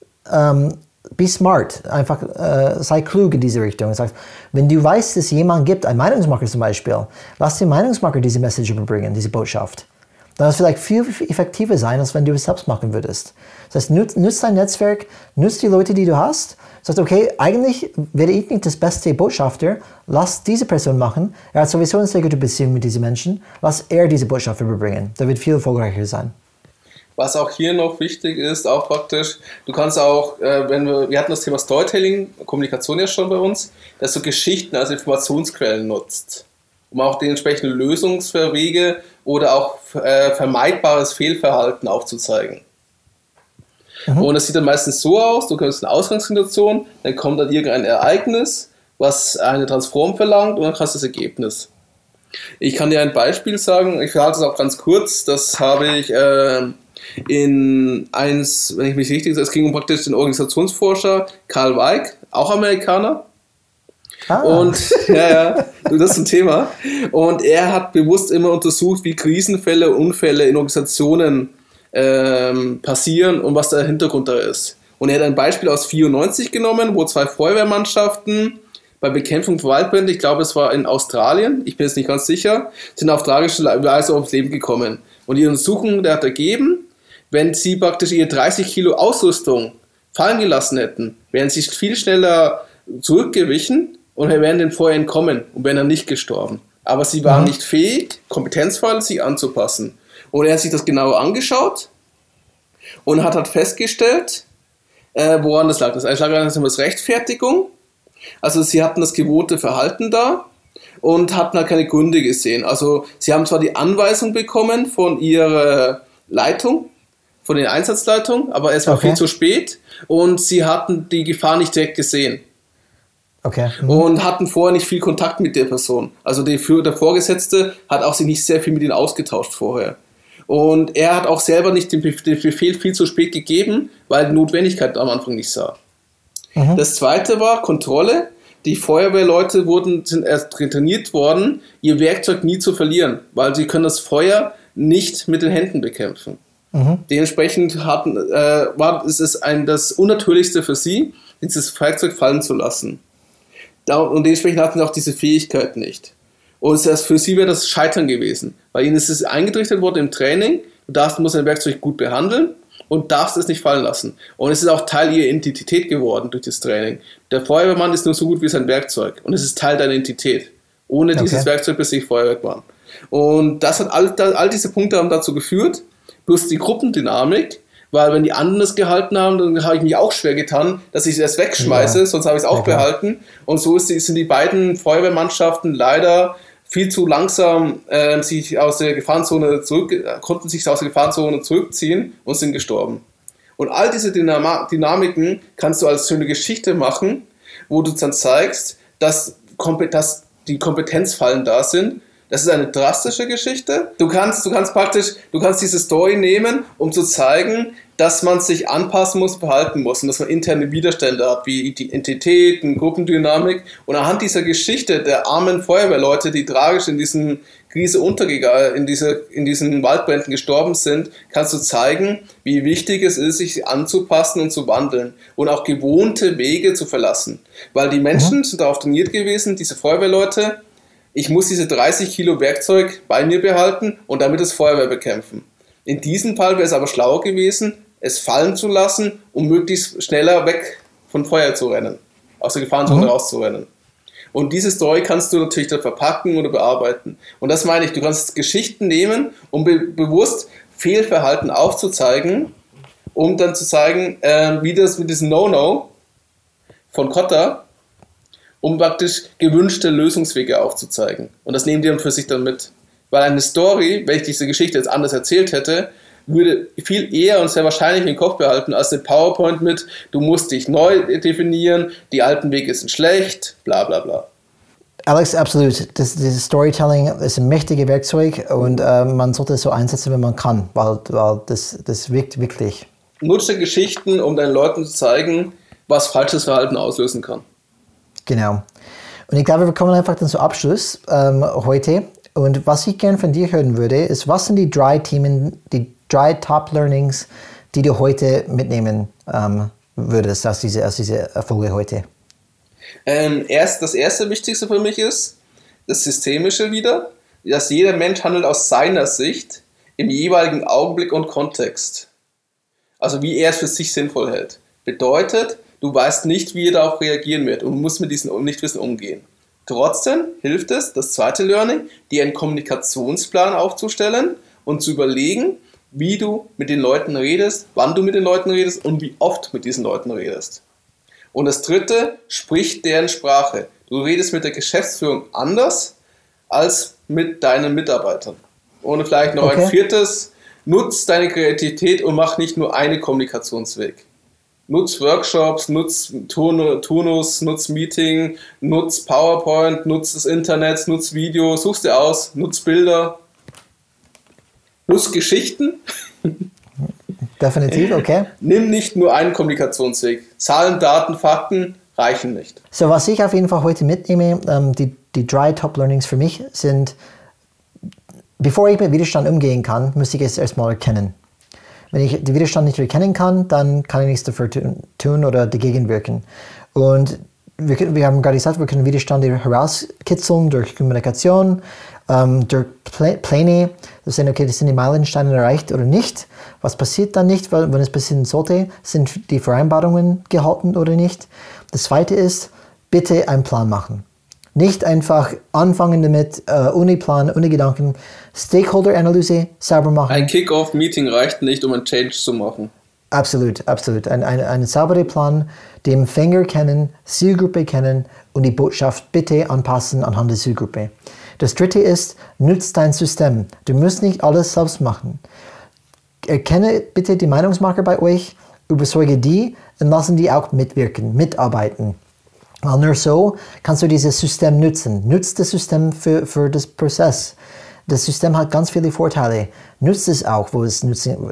be smart, einfach sei klug in diese Richtung. Das heißt, wenn du weißt, dass es jemanden gibt, einen Meinungsmacher zum Beispiel, lass den Meinungsmacher diese Message überbringen, diese Botschaft. Dann wird es vielleicht viel effektiver sein, als wenn du es selbst machen würdest. Das heißt, nutzt dein Netzwerk, nutzt die Leute, die du hast. Sagst, okay, eigentlich wäre ich nicht das beste Botschafter, lass diese Person machen. Er hat sowieso eine sehr gute Beziehung mit diesen Menschen, lass er diese Botschaft überbringen. Der wird viel erfolgreicher sein. Was auch hier noch wichtig ist, auch praktisch, du kannst auch, wir hatten das Thema Storytelling, Kommunikation ja schon bei uns, dass du Geschichten als Informationsquellen nutzt, um auch die entsprechenden Lösungswege oder auch vermeidbares Fehlverhalten aufzuzeigen. Und das sieht dann meistens so aus, du hast eine Ausgangssituation, dann kommt dann irgendein Ereignis, was eine Transform verlangt und dann hast du das Ergebnis. Ich kann dir ein Beispiel sagen, ich verhalte es auch ganz kurz, das habe ich wenn ich mich richtig, es ging um praktisch den Organisationsforscher Carl Weig, auch Amerikaner. Und das ist ein Thema. Und er hat bewusst immer untersucht, wie Krisenfälle, Unfälle in Organisationen passieren und was der Hintergrund da ist. Und er hat ein Beispiel aus 1994 genommen, wo 2 Feuerwehrmannschaften bei Bekämpfung von Waldbränden, ich glaube es war in Australien, ich bin jetzt nicht ganz sicher, sind auf tragische Weise ums Leben gekommen. Und die Untersuchung, der hat ergeben, wenn sie praktisch ihre 30 Kilo Ausrüstung fallen gelassen hätten, wären sie viel schneller zurückgewichen und wären den Feuer entkommen und wären dann nicht gestorben. Aber sie waren nicht fähig, kompetenzvoll, sich anzupassen. Und er hat sich das genauer angeschaut und hat festgestellt, woran das lag. Das lag an der Rechtfertigung. Also sie hatten das gewohnte Verhalten da und hatten halt keine Gründe gesehen. Also sie haben zwar die Anweisung bekommen von ihrer Leitung, von der Einsatzleitung, aber es war viel zu spät und sie hatten die Gefahr nicht direkt gesehen. Und hatten vorher nicht viel Kontakt mit der Person. Also der Vorgesetzte hat auch sich nicht sehr viel mit ihnen ausgetauscht vorher. Und er hat auch selber nicht den Befehl viel zu spät gegeben, weil er die Notwendigkeit am Anfang nicht sah. Das zweite war Kontrolle. Die Feuerwehrleute sind erst trainiert worden, ihr Werkzeug nie zu verlieren, weil sie können das Feuer nicht mit den Händen bekämpfen. Dementsprechend ist es das Unnatürlichste für sie, dieses Werkzeug fallen zu lassen. Und dementsprechend hatten sie auch diese Fähigkeit nicht. Und für sie wäre das Scheitern gewesen, weil ihnen ist es eingetrichtert worden im Training, du musst dein Werkzeug gut behandeln und darfst es nicht fallen lassen. Und es ist auch Teil ihrer Identität geworden durch das Training. Der Feuerwehrmann ist nur so gut wie sein Werkzeug und es ist Teil deiner Identität. Ohne dieses Werkzeug bist du nicht Feuerwehrmann. Und das hat all diese Punkte haben dazu geführt, plus die Gruppendynamik, weil wenn die anderen es gehalten haben, dann habe ich mich auch schwer getan, dass ich es wegschmeiße, sonst habe ich es auch behalten. Und so sind die beiden Feuerwehrmannschaften leider viel zu langsam konnten sich aus der Gefahrenzone zurückziehen und sind gestorben. Und all diese Dynamiken kannst du als schöne Geschichte machen, wo du dann zeigst, dass die Kompetenzfallen da sind. Das ist eine drastische Geschichte. Du kannst diese Story nehmen, um zu zeigen, dass man sich anpassen muss, verhalten muss und dass man interne Widerstände hat, wie die Identität, Gruppendynamik. Und anhand dieser Geschichte der armen Feuerwehrleute, die tragisch in diesen Krise in diesen Waldbränden gestorben sind, kannst du zeigen, wie wichtig es ist, sich anzupassen und zu wandeln und auch gewohnte Wege zu verlassen. Weil die Menschen sind darauf trainiert gewesen, diese Feuerwehrleute, ich muss diese 30 Kilo Werkzeug bei mir behalten und damit das Feuerwehr bekämpfen. In diesem Fall wäre es aber schlauer gewesen, es fallen zu lassen, um möglichst schneller weg von Feuer zu rennen, aus der Gefahrenzone rauszurennen. Und diese Story kannst du natürlich dann verpacken oder bearbeiten. Und das meine ich, du kannst Geschichten nehmen, um bewusst Fehlverhalten aufzuzeigen, um dann zu zeigen, wie das mit diesem No-No von Kotter, um praktisch gewünschte Lösungswege aufzuzeigen. Und das nehmen die dann für sich dann mit. Weil eine Story, wenn ich diese Geschichte jetzt anders erzählt hätte, würde viel eher und sehr wahrscheinlich im Kopf behalten als eine PowerPoint mit, du musst dich neu definieren, die alten Wege sind schlecht, bla bla bla. Alex, absolut. Dieses Storytelling ist ein mächtiges Werkzeug und man sollte es so einsetzen, wenn man kann, weil das wirkt wirklich. Nutze Geschichten, um deinen Leuten zu zeigen, was falsches Verhalten auslösen kann. Genau. Und ich glaube, wir kommen einfach dann zum Abschluss heute. Und was ich gerne von dir hören würde, ist, was sind die 3 Themen, die 3 Top-Learnings, die du heute mitnehmen würdest aus dieser Folge heute? Das erste Wichtigste für mich ist das Systemische wieder, dass jeder Mensch handelt aus seiner Sicht im jeweiligen Augenblick und Kontext. Also wie er es für sich sinnvoll hält. Bedeutet, du weißt nicht, wie er darauf reagieren wird und musst mit diesem Nichtwissen umgehen. Trotzdem hilft es, das zweite Learning, dir einen Kommunikationsplan aufzustellen und zu überlegen, wie du mit den Leuten redest, wann du mit den Leuten redest und wie oft mit diesen Leuten redest. Und das dritte, sprich deren Sprache. Du redest mit der Geschäftsführung anders als mit deinen Mitarbeitern. Und vielleicht noch ein viertes, nutz deine Kreativität und mach nicht nur einen Kommunikationsweg. Nutz Workshops, nutz Turnus, nutz Meeting, nutz PowerPoint, nutz das Internet, nutz Video, such's dir aus, nutz Bilder, nutz Geschichten. Definitiv, okay. Nimm nicht nur einen Kommunikationsweg. Zahlen, Daten, Fakten reichen nicht. So, was ich auf jeden Fall heute mitnehme, die 3 Top-Learnings für mich sind, bevor ich mit Widerstand umgehen kann, muss ich es erstmal erkennen. Wenn ich den Widerstand nicht erkennen kann, dann kann ich nichts dafür tun oder dagegen wirken. Und wir haben gerade gesagt, wir können Widerstand herauskitzeln durch Kommunikation, durch Pläne, das sind, okay, das sind die Meilensteine erreicht oder nicht. Was passiert dann nicht, wenn es passieren sollte? Sind die Vereinbarungen gehalten oder nicht? Das zweite ist, bitte einen Plan machen. Nicht einfach anfangen damit, ohne Plan, ohne Gedanken, Stakeholder-Analyse sauber machen. Ein Kick-Off-Meeting reicht nicht, um einen Change zu machen. Absolut, absolut. Ein sauberer Plan, die Empfänger kennen, Zielgruppe kennen und die Botschaft bitte anpassen anhand der Zielgruppe. Das dritte ist, nutz dein System. Du musst nicht alles selbst machen. Erkenne bitte die Meinungsmacher bei euch, überzeuge die und lassen die auch mitwirken, mitarbeiten. Weil nur so kannst du dieses System nutzen. Nutz das System für das Prozess. Das System hat ganz viele Vorteile. Nutz es auch, wo du es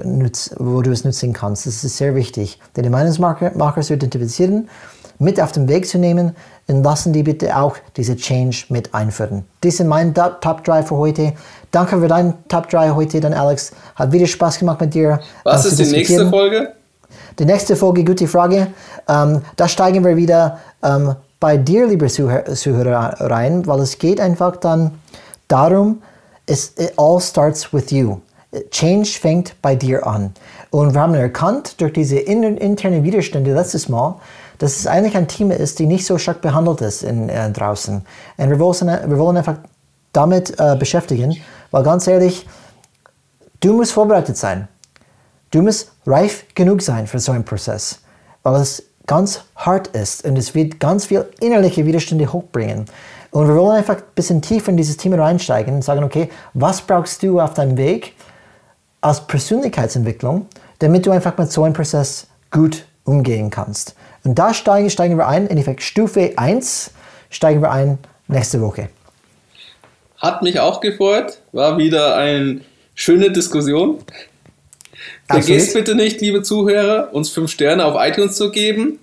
nutzen kannst. Das ist sehr wichtig. Die Meinungsmacher zu identifizieren, mit auf den Weg zu nehmen und lassen die bitte auch diese Change mit einführen. Das sind meine Top 3 für heute. Danke für deinen Top 3 heute, dann Alex. Hat wieder Spaß gemacht mit dir. Was ist die nächste Folge? Die nächste Folge, gute Frage. Da steigen wir wieder bei dir, liebe Zuhörer, rein, weil es geht einfach dann darum, it all starts with you. Change fängt bei dir an. Und wir haben erkannt, durch diese internen Widerstände letztes Mal, dass es eigentlich ein Thema ist, die nicht so stark behandelt ist draußen. Und wir wollen einfach damit beschäftigen, weil ganz ehrlich, du musst vorbereitet sein. Du musst reif genug sein für so einen Prozess, weil es ganz hart ist und es wird ganz viel innerliche Widerstände hochbringen. Und wir wollen einfach ein bisschen tiefer in dieses Thema reinsteigen und sagen, okay, was brauchst du auf deinem Weg als Persönlichkeitsentwicklung, damit du einfach mit so einem Prozess gut umgehen kannst. Und da steigen wir ein, in Effekt Stufe 1 steigen wir ein nächste Woche. Hat mich auch gefreut, war wieder eine schöne Diskussion. Vergesst bitte nicht, liebe Zuhörer, uns 5 Sterne auf iTunes zu geben.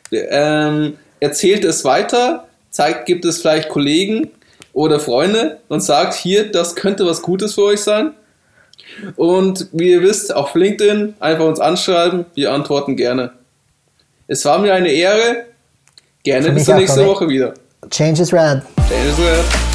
Erzählt es weiter, gibt es vielleicht Kollegen oder Freunde und sagt, hier, das könnte was Gutes für euch sein. Und wie ihr wisst, auf LinkedIn einfach uns anschreiben, wir antworten gerne. Es war mir eine Ehre. Gerne bis zur nächsten Woche wieder. Change is red. Change is red.